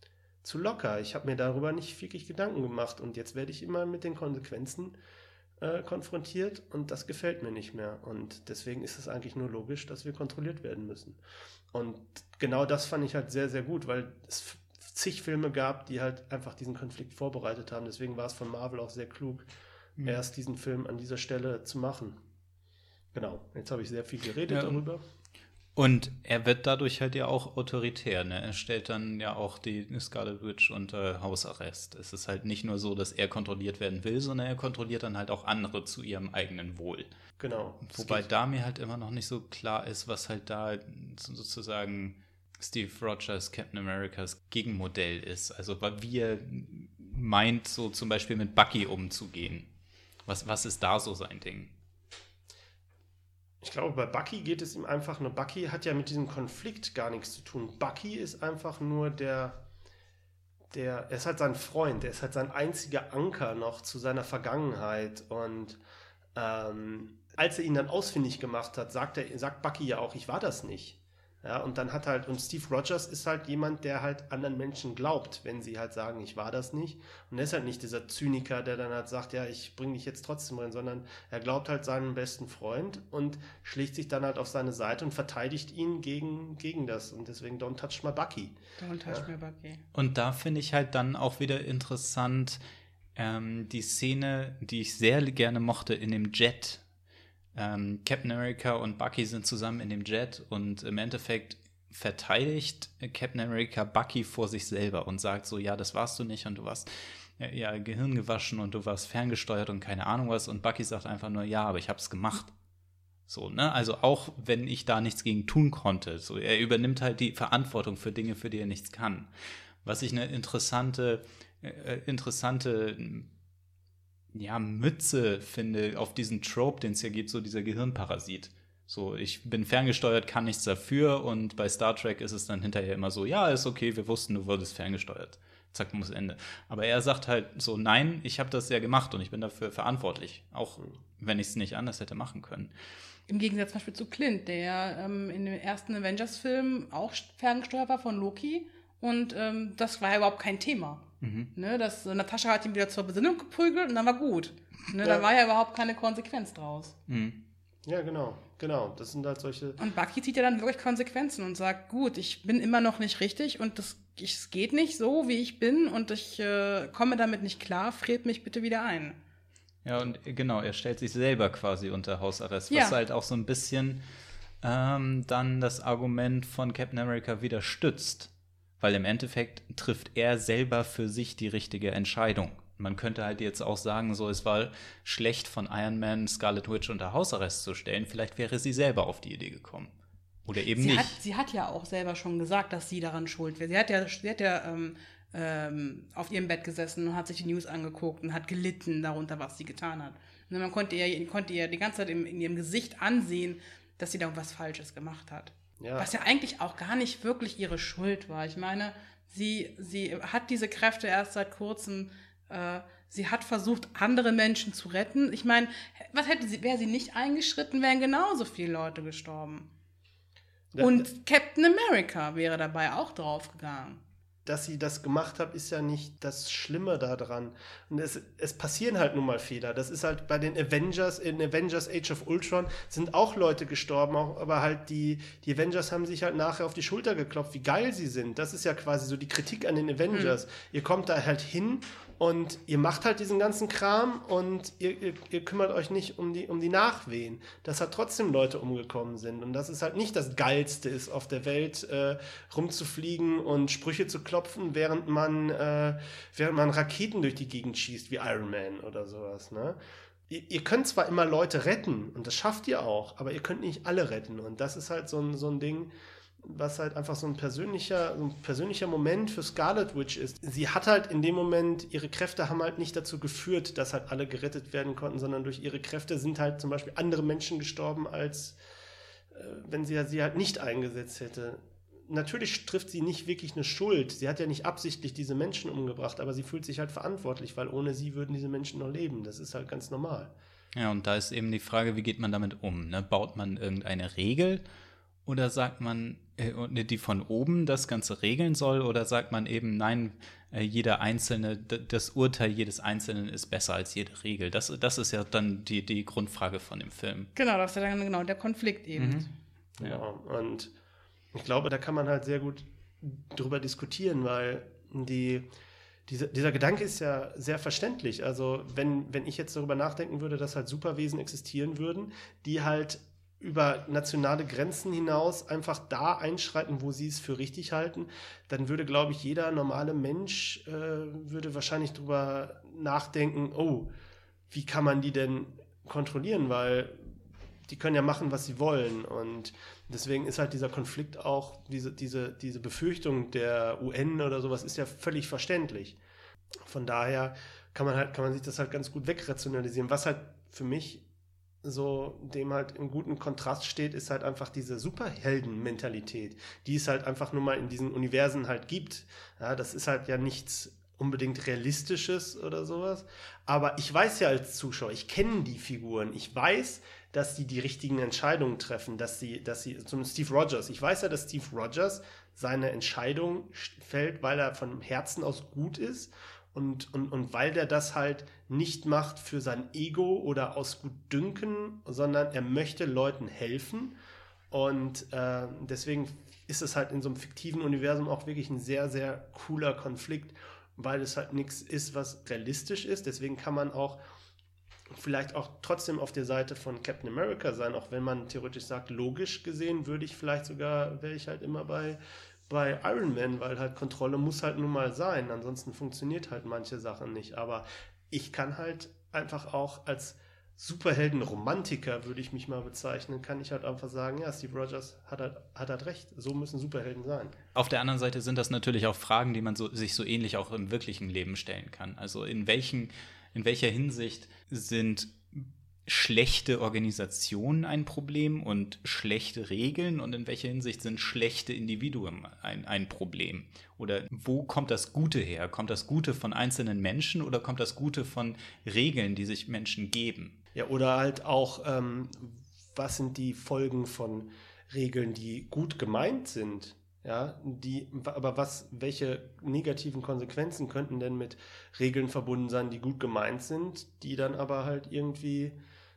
zu locker. Ich habe mir darüber nicht wirklich Gedanken gemacht und jetzt werde ich immer mit den Konsequenzen äh, konfrontiert und das gefällt mir nicht mehr und deswegen ist es eigentlich nur logisch, dass wir kontrolliert werden müssen. Und genau das fand ich halt sehr, sehr gut, weil es zig Filme gab, die halt einfach diesen Konflikt vorbereitet haben. Deswegen war es von Marvel auch sehr klug, mhm. erst diesen Film an dieser Stelle zu machen. Genau, jetzt habe ich sehr viel geredet ja. darüber. Und er wird dadurch halt ja auch autoritär, ne? Er stellt dann ja auch die Scarlet Witch unter Hausarrest. Es ist halt nicht nur so, dass er kontrolliert werden will, sondern er kontrolliert dann halt auch andere zu ihrem eigenen Wohl. Genau. Wobei da mir halt immer noch nicht so klar ist, was halt da sozusagen Steve Rogers, Captain Americas Gegenmodell ist. Also wie er meint, so zum Beispiel mit Bucky umzugehen. Was, was ist da so sein Ding? Ich glaube, bei Bucky geht es ihm einfach nur, Bucky hat ja mit diesem Konflikt gar nichts zu tun. Bucky ist einfach nur der, der, er ist halt sein Freund, er ist halt sein einziger Anker noch zu seiner Vergangenheit. Und ähm, als er ihn dann ausfindig gemacht hat, sagt, er, sagt Bucky ja auch, ich war das nicht. Ja, und dann hat halt, und Steve Rogers ist halt jemand, der halt anderen Menschen glaubt, wenn sie halt sagen, ich war das nicht. Und er ist halt nicht dieser Zyniker, der dann halt sagt, ja, ich bringe dich jetzt trotzdem rein, sondern er glaubt halt seinem besten Freund und schlägt sich dann halt auf seine Seite und verteidigt ihn gegen, gegen das. Und deswegen don't touch my Bucky. Don't touch ja. my Bucky. Und da finde ich halt dann auch wieder interessant, ähm, die Szene, die ich sehr gerne mochte in dem Jet. Ähm, Captain America und Bucky sind zusammen in dem Jet und im Endeffekt verteidigt Captain America Bucky vor sich selber und sagt so, ja, das warst du nicht und du warst ja, ja Gehirn gewaschen und du warst ferngesteuert und keine Ahnung was und Bucky sagt einfach nur, ja, aber ich hab's gemacht. So, ne? Also auch wenn ich da nichts gegen tun konnte. So, er übernimmt halt die Verantwortung für Dinge, für die er nichts kann. Was ich eine interessante, äh, interessante ja, Mütze finde auf diesen Trope, den es ja gibt, so dieser Gehirnparasit. So, ich bin ferngesteuert, kann nichts dafür und bei Star Trek ist es dann hinterher immer so, ja, ist okay, wir wussten, du wurdest ferngesteuert. Zack, muss Ende. Aber er sagt halt so, nein, ich habe das ja gemacht und ich bin dafür verantwortlich, auch wenn ich es nicht anders hätte machen können. Im Gegensatz zum Beispiel zu Clint, der ähm, in dem ersten Avengers-Film auch ferngesteuert war von Loki und ähm, das war ja überhaupt kein Thema. Mhm. Ne, das, Natascha hat ihn wieder zur Besinnung geprügelt und dann war gut. Ne, ja. Da war ja überhaupt keine Konsequenz draus. Mhm. Ja, genau, genau. Das sind halt solche... Und Bucky zieht ja dann wirklich Konsequenzen und sagt, gut, ich bin immer noch nicht richtig und das, ich, es geht nicht so, wie ich bin und ich äh, komme damit nicht klar, friert mich bitte wieder ein. Ja, und genau, er stellt sich selber quasi unter Hausarrest, was Ja. halt auch so ein bisschen ähm, dann das Argument von Captain America wieder stützt. Weil im Endeffekt trifft er selber für sich die richtige Entscheidung. Man könnte halt jetzt auch sagen, so, es war schlecht von Iron Man Scarlet Witch unter Hausarrest zu stellen. Vielleicht wäre sie selber auf die Idee gekommen. Oder eben sie nicht. Hat, sie hat ja auch selber schon gesagt, dass sie daran schuld wäre. Sie hat ja, sie hat ja ähm, ähm, auf ihrem Bett gesessen und hat sich die News angeguckt und hat gelitten darunter, was sie getan hat. Und man konnte ihr, konnte ihr die ganze Zeit in, in ihrem Gesicht ansehen, dass sie da was Falsches gemacht hat. Ja. Was ja eigentlich auch gar nicht wirklich ihre Schuld war. Ich meine, sie, sie hat diese Kräfte erst seit kurzem. Äh, sie hat versucht, andere Menschen zu retten. Ich meine, was hätte sie, wäre sie nicht eingeschritten, wären genauso viele Leute gestorben. Ja, Und Captain America wäre dabei auch draufgegangen. Dass sie das gemacht hat, ist ja nicht das Schlimme daran. Und es, es passieren halt nun mal Fehler. Das ist halt bei den Avengers, in Avengers Age of Ultron sind auch Leute gestorben, auch, aber halt die, die Avengers haben sich halt nachher auf die Schulter geklopft, wie geil sie sind. Das ist ja quasi so die Kritik an den Avengers. Hm. Ihr kommt da halt hin und ihr macht halt diesen ganzen Kram und ihr, ihr, ihr kümmert euch nicht um die, um die Nachwehen. Dass halt trotzdem Leute umgekommen sind. Und das ist halt nicht das Geilste ist, auf der Welt äh, rumzufliegen und Sprüche zu klopfen, während man, äh, während man Raketen durch die Gegend schießt, wie Iron Man oder sowas. Ne? Ihr, ihr könnt zwar immer Leute retten, und das schafft ihr auch, aber ihr könnt nicht alle retten. Und das ist halt so ein, so ein Ding, was halt einfach so ein persönlicher, so ein persönlicher Moment für Scarlet Witch ist. Sie hat halt in dem Moment, ihre Kräfte haben halt nicht dazu geführt, dass halt alle gerettet werden konnten, sondern durch ihre Kräfte sind halt zum Beispiel andere Menschen gestorben, als äh, wenn sie sie halt nicht eingesetzt hätte. Natürlich trifft sie nicht wirklich eine Schuld. Sie hat ja nicht absichtlich diese Menschen umgebracht, aber sie fühlt sich halt verantwortlich, weil ohne sie würden diese Menschen noch leben. Das ist halt ganz normal. Ja, und da ist eben die Frage, wie geht man damit um? Ne? Baut man irgendeine Regel? Oder sagt man, äh, die von oben das Ganze regeln soll? Oder sagt man eben, nein, äh, jeder Einzelne, d- das Urteil jedes Einzelnen ist besser als jede Regel? Das, das ist ja dann die, die Grundfrage von dem Film. Genau, das ist ja dann genau der Konflikt eben. Mhm. Ja. Und ich glaube, da kann man halt sehr gut drüber diskutieren, weil die, diese, dieser Gedanke ist ja sehr verständlich. Also wenn, wenn ich jetzt darüber nachdenken würde, dass halt Superwesen existieren würden, die halt über nationale Grenzen hinaus einfach da einschreiten, wo sie es für richtig halten, dann würde, glaube ich, jeder normale Mensch äh, würde wahrscheinlich drüber nachdenken, oh, wie kann man die denn kontrollieren, weil die können ja machen, was sie wollen, und deswegen ist halt dieser Konflikt auch, diese, diese, diese Befürchtung der U N oder sowas ist ja völlig verständlich. Von daher kann man halt, kann man sich das halt ganz gut wegrationalisieren. Was halt für mich so dem halt im guten Kontrast steht, ist halt einfach diese Superhelden-Mentalität, die es halt einfach nur mal in diesen Universen halt gibt. Ja, das ist halt ja nichts unbedingt Realistisches oder sowas. Aber ich weiß ja als Zuschauer, ich kenne die Figuren, ich weiß, dass die die richtigen Entscheidungen treffen, dass sie, dass sie, zum Steve Rogers, ich weiß ja, dass Steve Rogers seine Entscheidung fällt, weil er von Herzen aus gut ist. Und, und, und weil der das halt nicht macht für sein Ego oder aus Gutdünken, sondern er möchte Leuten helfen. Und äh, deswegen ist es halt in so einem fiktiven Universum auch wirklich ein sehr, sehr cooler Konflikt, weil es halt nichts ist, was realistisch ist. Deswegen kann man auch vielleicht auch trotzdem auf der Seite von Captain America sein, auch wenn man theoretisch sagt, logisch gesehen würde ich vielleicht sogar, wäre ich halt immer bei bei Iron Man, weil halt Kontrolle muss halt nun mal sein, ansonsten funktioniert halt manche Sachen nicht, aber ich kann halt einfach auch als Superhelden-Romantiker, würde ich mich mal bezeichnen, kann ich halt einfach sagen, ja, Steve Rogers hat halt, hat halt recht, so müssen Superhelden sein. Auf der anderen Seite sind das natürlich auch Fragen, die man so, sich so ähnlich auch im wirklichen Leben stellen kann. Also in welchen, in welcher Hinsicht sind schlechte Organisationen ein Problem und schlechte Regeln, und in welcher Hinsicht sind schlechte Individuen ein, ein Problem? Oder wo kommt das Gute her? Kommt das Gute von einzelnen Menschen oder kommt das Gute von Regeln, die sich Menschen geben? Ja, oder halt auch, ähm, was sind die Folgen von Regeln, die gut gemeint sind? Ja, die, aber was, welche negativen Konsequenzen könnten denn mit Regeln verbunden sein, die gut gemeint sind, die dann aber halt irgendwie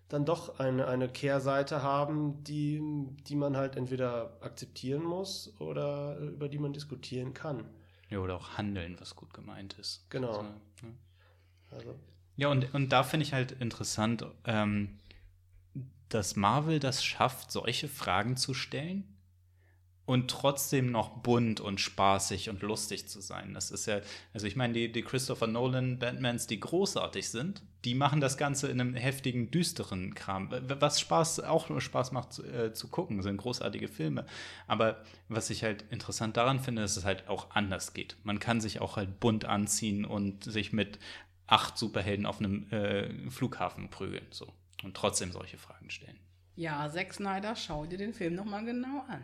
dann doch eine, eine Kehrseite haben, die, die man halt entweder akzeptieren muss oder über die man diskutieren kann. Ja, oder auch handeln, was gut gemeint ist. Genau. Also, ja. Also. Ja, und, und da finde ich halt interessant, ähm, dass Marvel das schafft, solche Fragen zu stellen und trotzdem noch bunt und spaßig und lustig zu sein. Das ist ja, also ich meine, die, die Christopher Nolan Batmans, die großartig sind, die machen das Ganze in einem heftigen, düsteren Kram. Was Spaß, auch Spaß macht äh, zu gucken, sind großartige Filme. Aber was ich halt interessant daran finde, ist, dass es halt auch anders geht. Man kann sich auch halt bunt anziehen und sich mit acht Superhelden auf einem äh, Flughafen prügeln, so. Und trotzdem solche Fragen stellen. Ja, Zack Snyder, schau dir den Film nochmal genau an.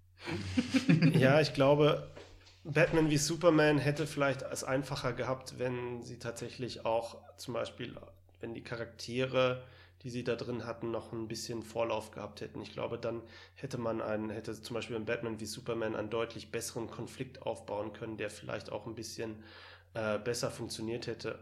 Ja, ich glaube, Batman wie Superman hätte vielleicht es einfacher gehabt, wenn sie tatsächlich auch zum Beispiel, wenn die Charaktere, die sie da drin hatten, noch ein bisschen Vorlauf gehabt hätten. Ich glaube, dann hätte man einen, hätte zum Beispiel in Batman wie Superman einen deutlich besseren Konflikt aufbauen können, der vielleicht auch ein bisschen äh, besser funktioniert hätte.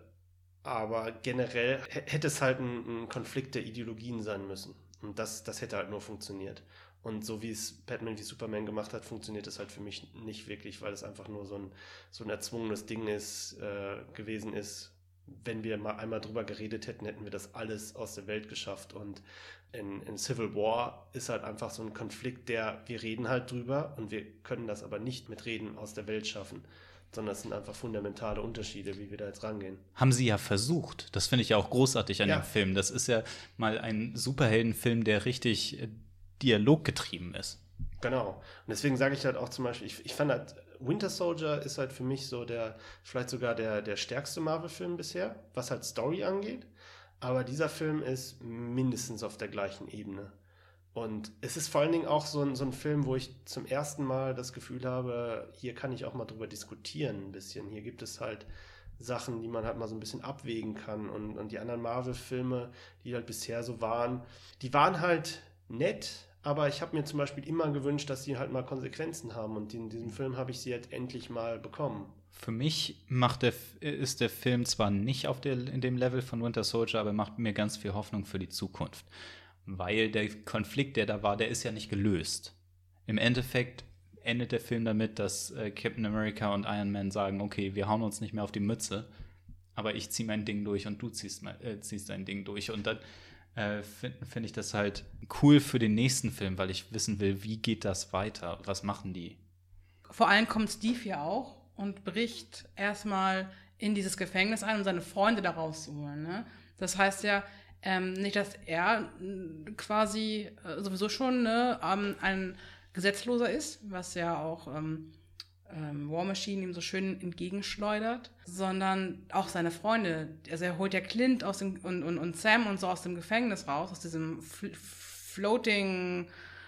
Aber generell h- hätte es halt ein, ein Konflikt der Ideologien sein müssen. Und das, das hätte halt nur funktioniert. Und so wie es Batman wie Superman gemacht hat, funktioniert es halt für mich nicht wirklich, weil es einfach nur so ein, so ein erzwungenes Ding ist, äh, gewesen ist. Wenn wir mal einmal drüber geredet hätten, hätten wir das alles aus der Welt geschafft. Und in, in Civil War ist halt einfach so ein Konflikt, der, wir reden halt drüber und wir können das aber nicht mit Reden aus der Welt schaffen, sondern es sind einfach fundamentale Unterschiede, wie wir da jetzt rangehen. Haben sie ja versucht. Das finde ich ja auch großartig an Ja. dem Film. Das ist ja mal ein Superheldenfilm, der richtig äh, dialoggetrieben ist. Genau. Und deswegen sage ich halt auch zum Beispiel, ich, ich fand halt, Winter Soldier ist halt für mich so der, vielleicht sogar der, der stärkste Marvel-Film bisher, was halt Story angeht. Aber dieser Film ist mindestens auf der gleichen Ebene. Und es ist vor allen Dingen auch so ein, so ein Film, wo ich zum ersten Mal das Gefühl habe, hier kann ich auch mal drüber diskutieren ein bisschen. Hier gibt es halt Sachen, die man halt mal so ein bisschen abwägen kann. Und, und die anderen Marvel-Filme, die halt bisher so waren, die waren halt nett, aber ich habe mir zum Beispiel immer gewünscht, dass sie halt mal Konsequenzen haben. Und in diesem Film habe ich sie halt endlich mal bekommen. Für mich macht der, ist der Film zwar nicht auf der, in dem Level von Winter Soldier, aber macht mir ganz viel Hoffnung für die Zukunft. Weil der Konflikt, der da war, der ist ja nicht gelöst. Im Endeffekt endet der Film damit, dass äh, Captain America und Iron Man sagen, okay, wir hauen uns nicht mehr auf die Mütze, aber ich ziehe mein Ding durch und du ziehst, mein, äh, ziehst dein Ding durch. Und dann äh, finde find ich das halt cool für den nächsten Film, weil ich wissen will, wie geht das weiter? Was machen die? Vor allem kommt Steve ja auch und bricht erstmal in dieses Gefängnis ein, um seine Freunde da rauszuholen. Ne? Das heißt ja, ähm, nicht, dass er äh, quasi äh, sowieso schon ne, ähm, ein Gesetzloser ist, was ja auch ähm, ähm, War Machine ihm so schön entgegenschleudert, sondern auch seine Freunde. Also er holt ja Clint aus dem, und, und, und Sam und so aus dem Gefängnis raus, aus diesem Fl- Floating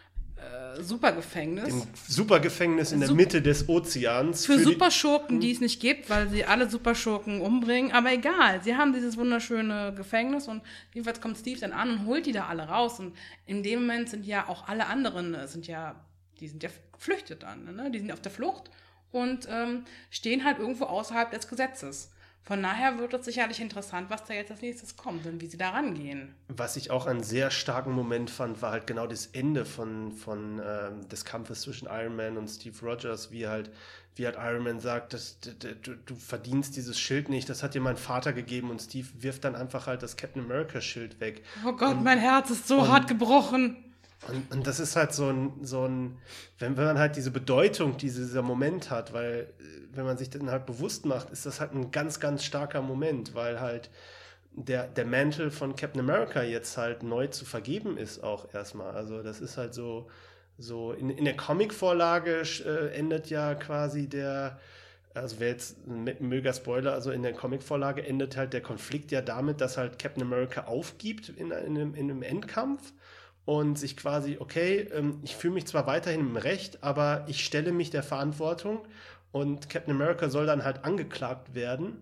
äh, Supergefängnis. Im Supergefängnis in der Sup- Mitte des Ozeans. Für die- Superschurken, die es nicht gibt, weil sie alle Superschurken umbringen. Aber egal, sie haben dieses wunderschöne Gefängnis und jedenfalls kommt Steve dann an und holt die da alle raus. Und in dem Moment sind ja auch alle anderen, äh, sind ja, die sind ja geflüchtet dann, ne? Die sind auf der Flucht und ähm, stehen halt irgendwo außerhalb des Gesetzes. Von daher wird es sicherlich interessant, was da jetzt als nächstes kommt und wie sie da rangehen. Was ich auch einen sehr starken Moment fand, war halt genau das Ende von, von ähm, des Kampfes zwischen Iron Man und Steve Rogers, wie halt, wie halt Iron Man sagt, dass, d- d- du, du verdienst dieses Schild nicht, das hat dir mein Vater gegeben und Steve wirft dann einfach halt das Captain America Schild weg. Oh Gott, Und- mein Herz ist so und- hart gebrochen. Und, und das ist halt so ein, so ein wenn, wenn man halt diese Bedeutung, die dieser Moment hat, weil äh, wenn man sich dann halt bewusst macht, ist das halt ein ganz, ganz starker Moment, weil halt der, der Mantel von Captain America jetzt halt neu zu vergeben ist auch erstmal. Also das ist halt so, so in, in der Comic-Vorlage äh, endet ja quasi der, also wer jetzt mit möger Spoiler, also in der Comic-Vorlage endet halt der Konflikt ja damit, dass halt Captain America aufgibt in, in, einem, in einem Endkampf und sich quasi, okay, ähm, ich fühle mich zwar weiterhin im Recht, aber ich stelle mich der Verantwortung und Captain America soll dann halt angeklagt werden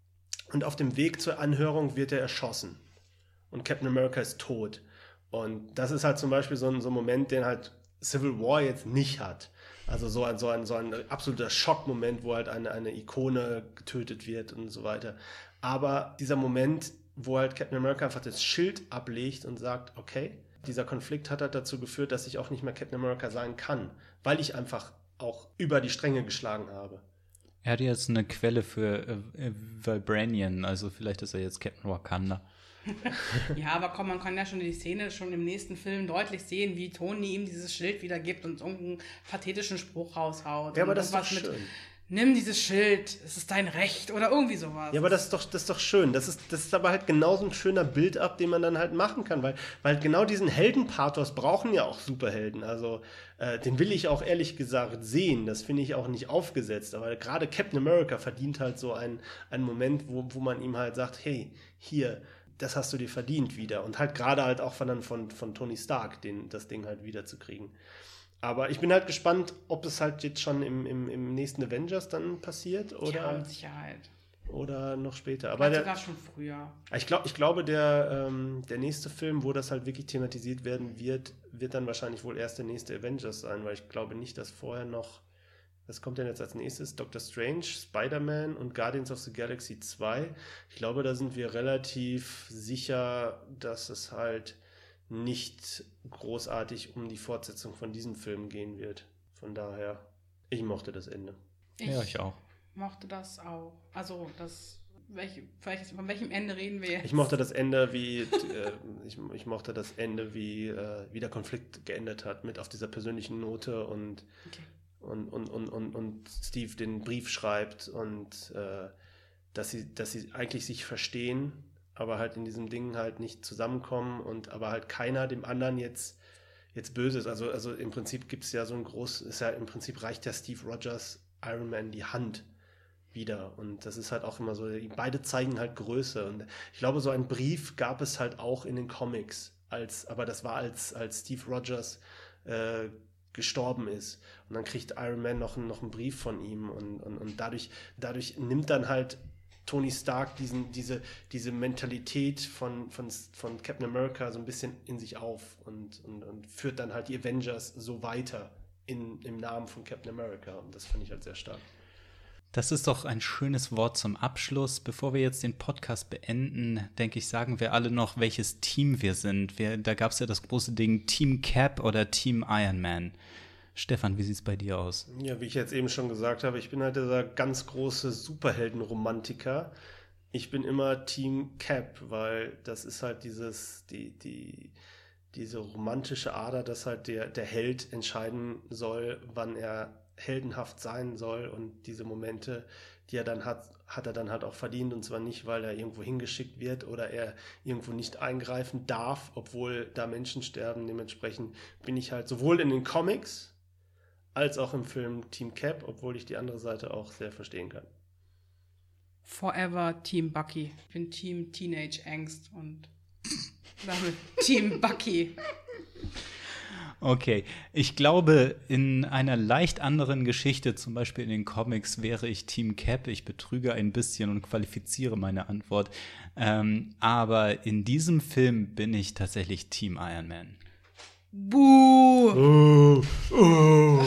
und auf dem Weg zur Anhörung wird er erschossen und Captain America ist tot. Und das ist halt zum Beispiel so ein, so ein Moment, den halt Civil War jetzt nicht hat. Also so ein, so ein, so ein absoluter Schockmoment, wo halt eine, eine Ikone getötet wird und so weiter. Aber dieser Moment, wo halt Captain America einfach das Schild ablegt und sagt, okay, dieser Konflikt hat halt dazu geführt, dass ich auch nicht mehr Captain America sein kann, weil ich einfach auch über die Stränge geschlagen habe. Er hat jetzt eine Quelle für äh, Vibranium, also vielleicht ist er jetzt Captain Wakanda. Ja, aber komm, man kann ja schon die Szene schon im nächsten Film deutlich sehen, wie Tony ihm dieses Schild wieder gibt und irgendeinen pathetischen Spruch raushaut. Ja, aber das ist doch mit, schön. Nimm dieses Schild, es ist dein Recht oder irgendwie sowas. Ja, aber das ist doch, das ist doch schön. Das ist, das ist aber halt genauso ein schöner Build-up, den man dann halt machen kann, weil, weil genau diesen Heldenpathos brauchen ja auch Superhelden. Also äh, den will ich auch ehrlich gesagt sehen. Das finde ich auch nicht aufgesetzt. Aber gerade Captain America verdient halt so einen, einen Moment, wo, wo man ihm halt sagt, hey, hier, das hast du dir verdient wieder. Und halt gerade halt auch von, von, von Tony Stark, den, das Ding halt wiederzukriegen. Aber ich bin halt gespannt, ob es halt jetzt schon im, im, im nächsten Avengers dann passiert oder, ja, mit Sicherheit. Oder noch später. Aber der, sogar schon früher. Ich, glaub, ich glaube, der, ähm, der nächste Film, wo das halt wirklich thematisiert werden wird, wird dann wahrscheinlich wohl erst der nächste Avengers sein, weil ich glaube nicht, dass vorher noch, was kommt denn jetzt als nächstes? Doctor Strange, Spider-Man und Guardians of the Galaxy zwei. Ich glaube, da sind wir relativ sicher, dass es halt nicht großartig um die Fortsetzung von diesem Film gehen wird. Von daher, ich mochte das Ende. Ich ja, ich auch. mochte das auch. Also, das, welch, welches, von welchem Ende reden wir jetzt? Ich mochte das Ende, wie, äh, ich, ich mochte das Ende, wie, äh, wie der Konflikt geendet hat, mit auf dieser persönlichen Note und, okay. und, und, und, und, und Steve den Brief schreibt und äh, dass sie, dass sie eigentlich sich verstehen, aber halt in diesem Ding halt nicht zusammenkommen und aber halt keiner dem anderen jetzt, jetzt böse ist. Also, also im Prinzip gibt es ja so ein groß, ist ja im Prinzip reicht ja Steve Rogers Iron Man die Hand wieder. Und das ist halt auch immer so, beide zeigen halt Größe. Und ich glaube, so einen Brief gab es halt auch in den Comics, als, aber das war als, als Steve Rogers äh, gestorben ist. Und dann kriegt Iron Man noch, noch einen Brief von ihm und, und, und dadurch, dadurch nimmt dann halt Tony Stark diesen, diese, diese Mentalität von, von, von Captain America so ein bisschen in sich auf und, und, und führt dann halt die Avengers so weiter in, im Namen von Captain America. Und das fand ich halt sehr stark. Das ist doch ein schönes Wort zum Abschluss. Bevor wir jetzt den Podcast beenden, denke ich, sagen wir alle noch, welches Team wir sind. Wir, da gab es ja das große Ding Team Cap oder Team Iron Man. Stefan, wie sieht es bei dir aus? Ja, wie ich jetzt eben schon gesagt habe, ich bin halt dieser ganz große Superheldenromantiker. Ich bin immer Team Cap, weil das ist halt dieses, die, die, diese romantische Ader, dass halt der, der Held entscheiden soll, wann er heldenhaft sein soll und diese Momente, die er dann hat, hat er dann halt auch verdient und zwar nicht, weil er irgendwo hingeschickt wird oder er irgendwo nicht eingreifen darf, obwohl da Menschen sterben. Dementsprechend bin ich halt sowohl in den Comics als auch im Film Team Cap, obwohl ich die andere Seite auch sehr verstehen kann. Forever Team Bucky. Ich bin Team Teenage Angst und damit Team Bucky. Okay, ich glaube, in einer leicht anderen Geschichte, zum Beispiel in den Comics, wäre ich Team Cap. Ich betrüge ein bisschen und qualifiziere meine Antwort. Ähm, aber in diesem Film bin ich tatsächlich Team Iron Man. Buh! Oh, oh.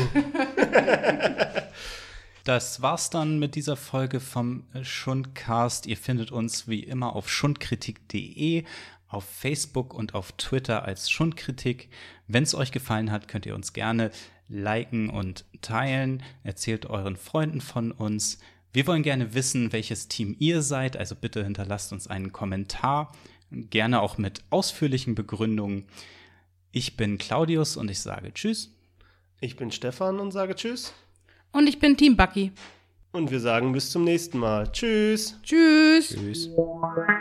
Das war's dann mit dieser Folge vom Schundcast. Ihr findet uns wie immer auf schundkritik punkt de, auf Facebook und auf Twitter als Schundkritik. Wenn es euch gefallen hat, könnt ihr uns gerne liken und teilen. Erzählt euren Freunden von uns. Wir wollen gerne wissen, welches Team ihr seid, also bitte hinterlasst uns einen Kommentar, gerne auch mit ausführlichen Begründungen. Ich bin Claudius und ich sage Tschüss. Ich bin Stefan und sage Tschüss. Und ich bin Team Bucky. Und wir sagen bis zum nächsten Mal. Tschüss. Tschüss. Tschüss.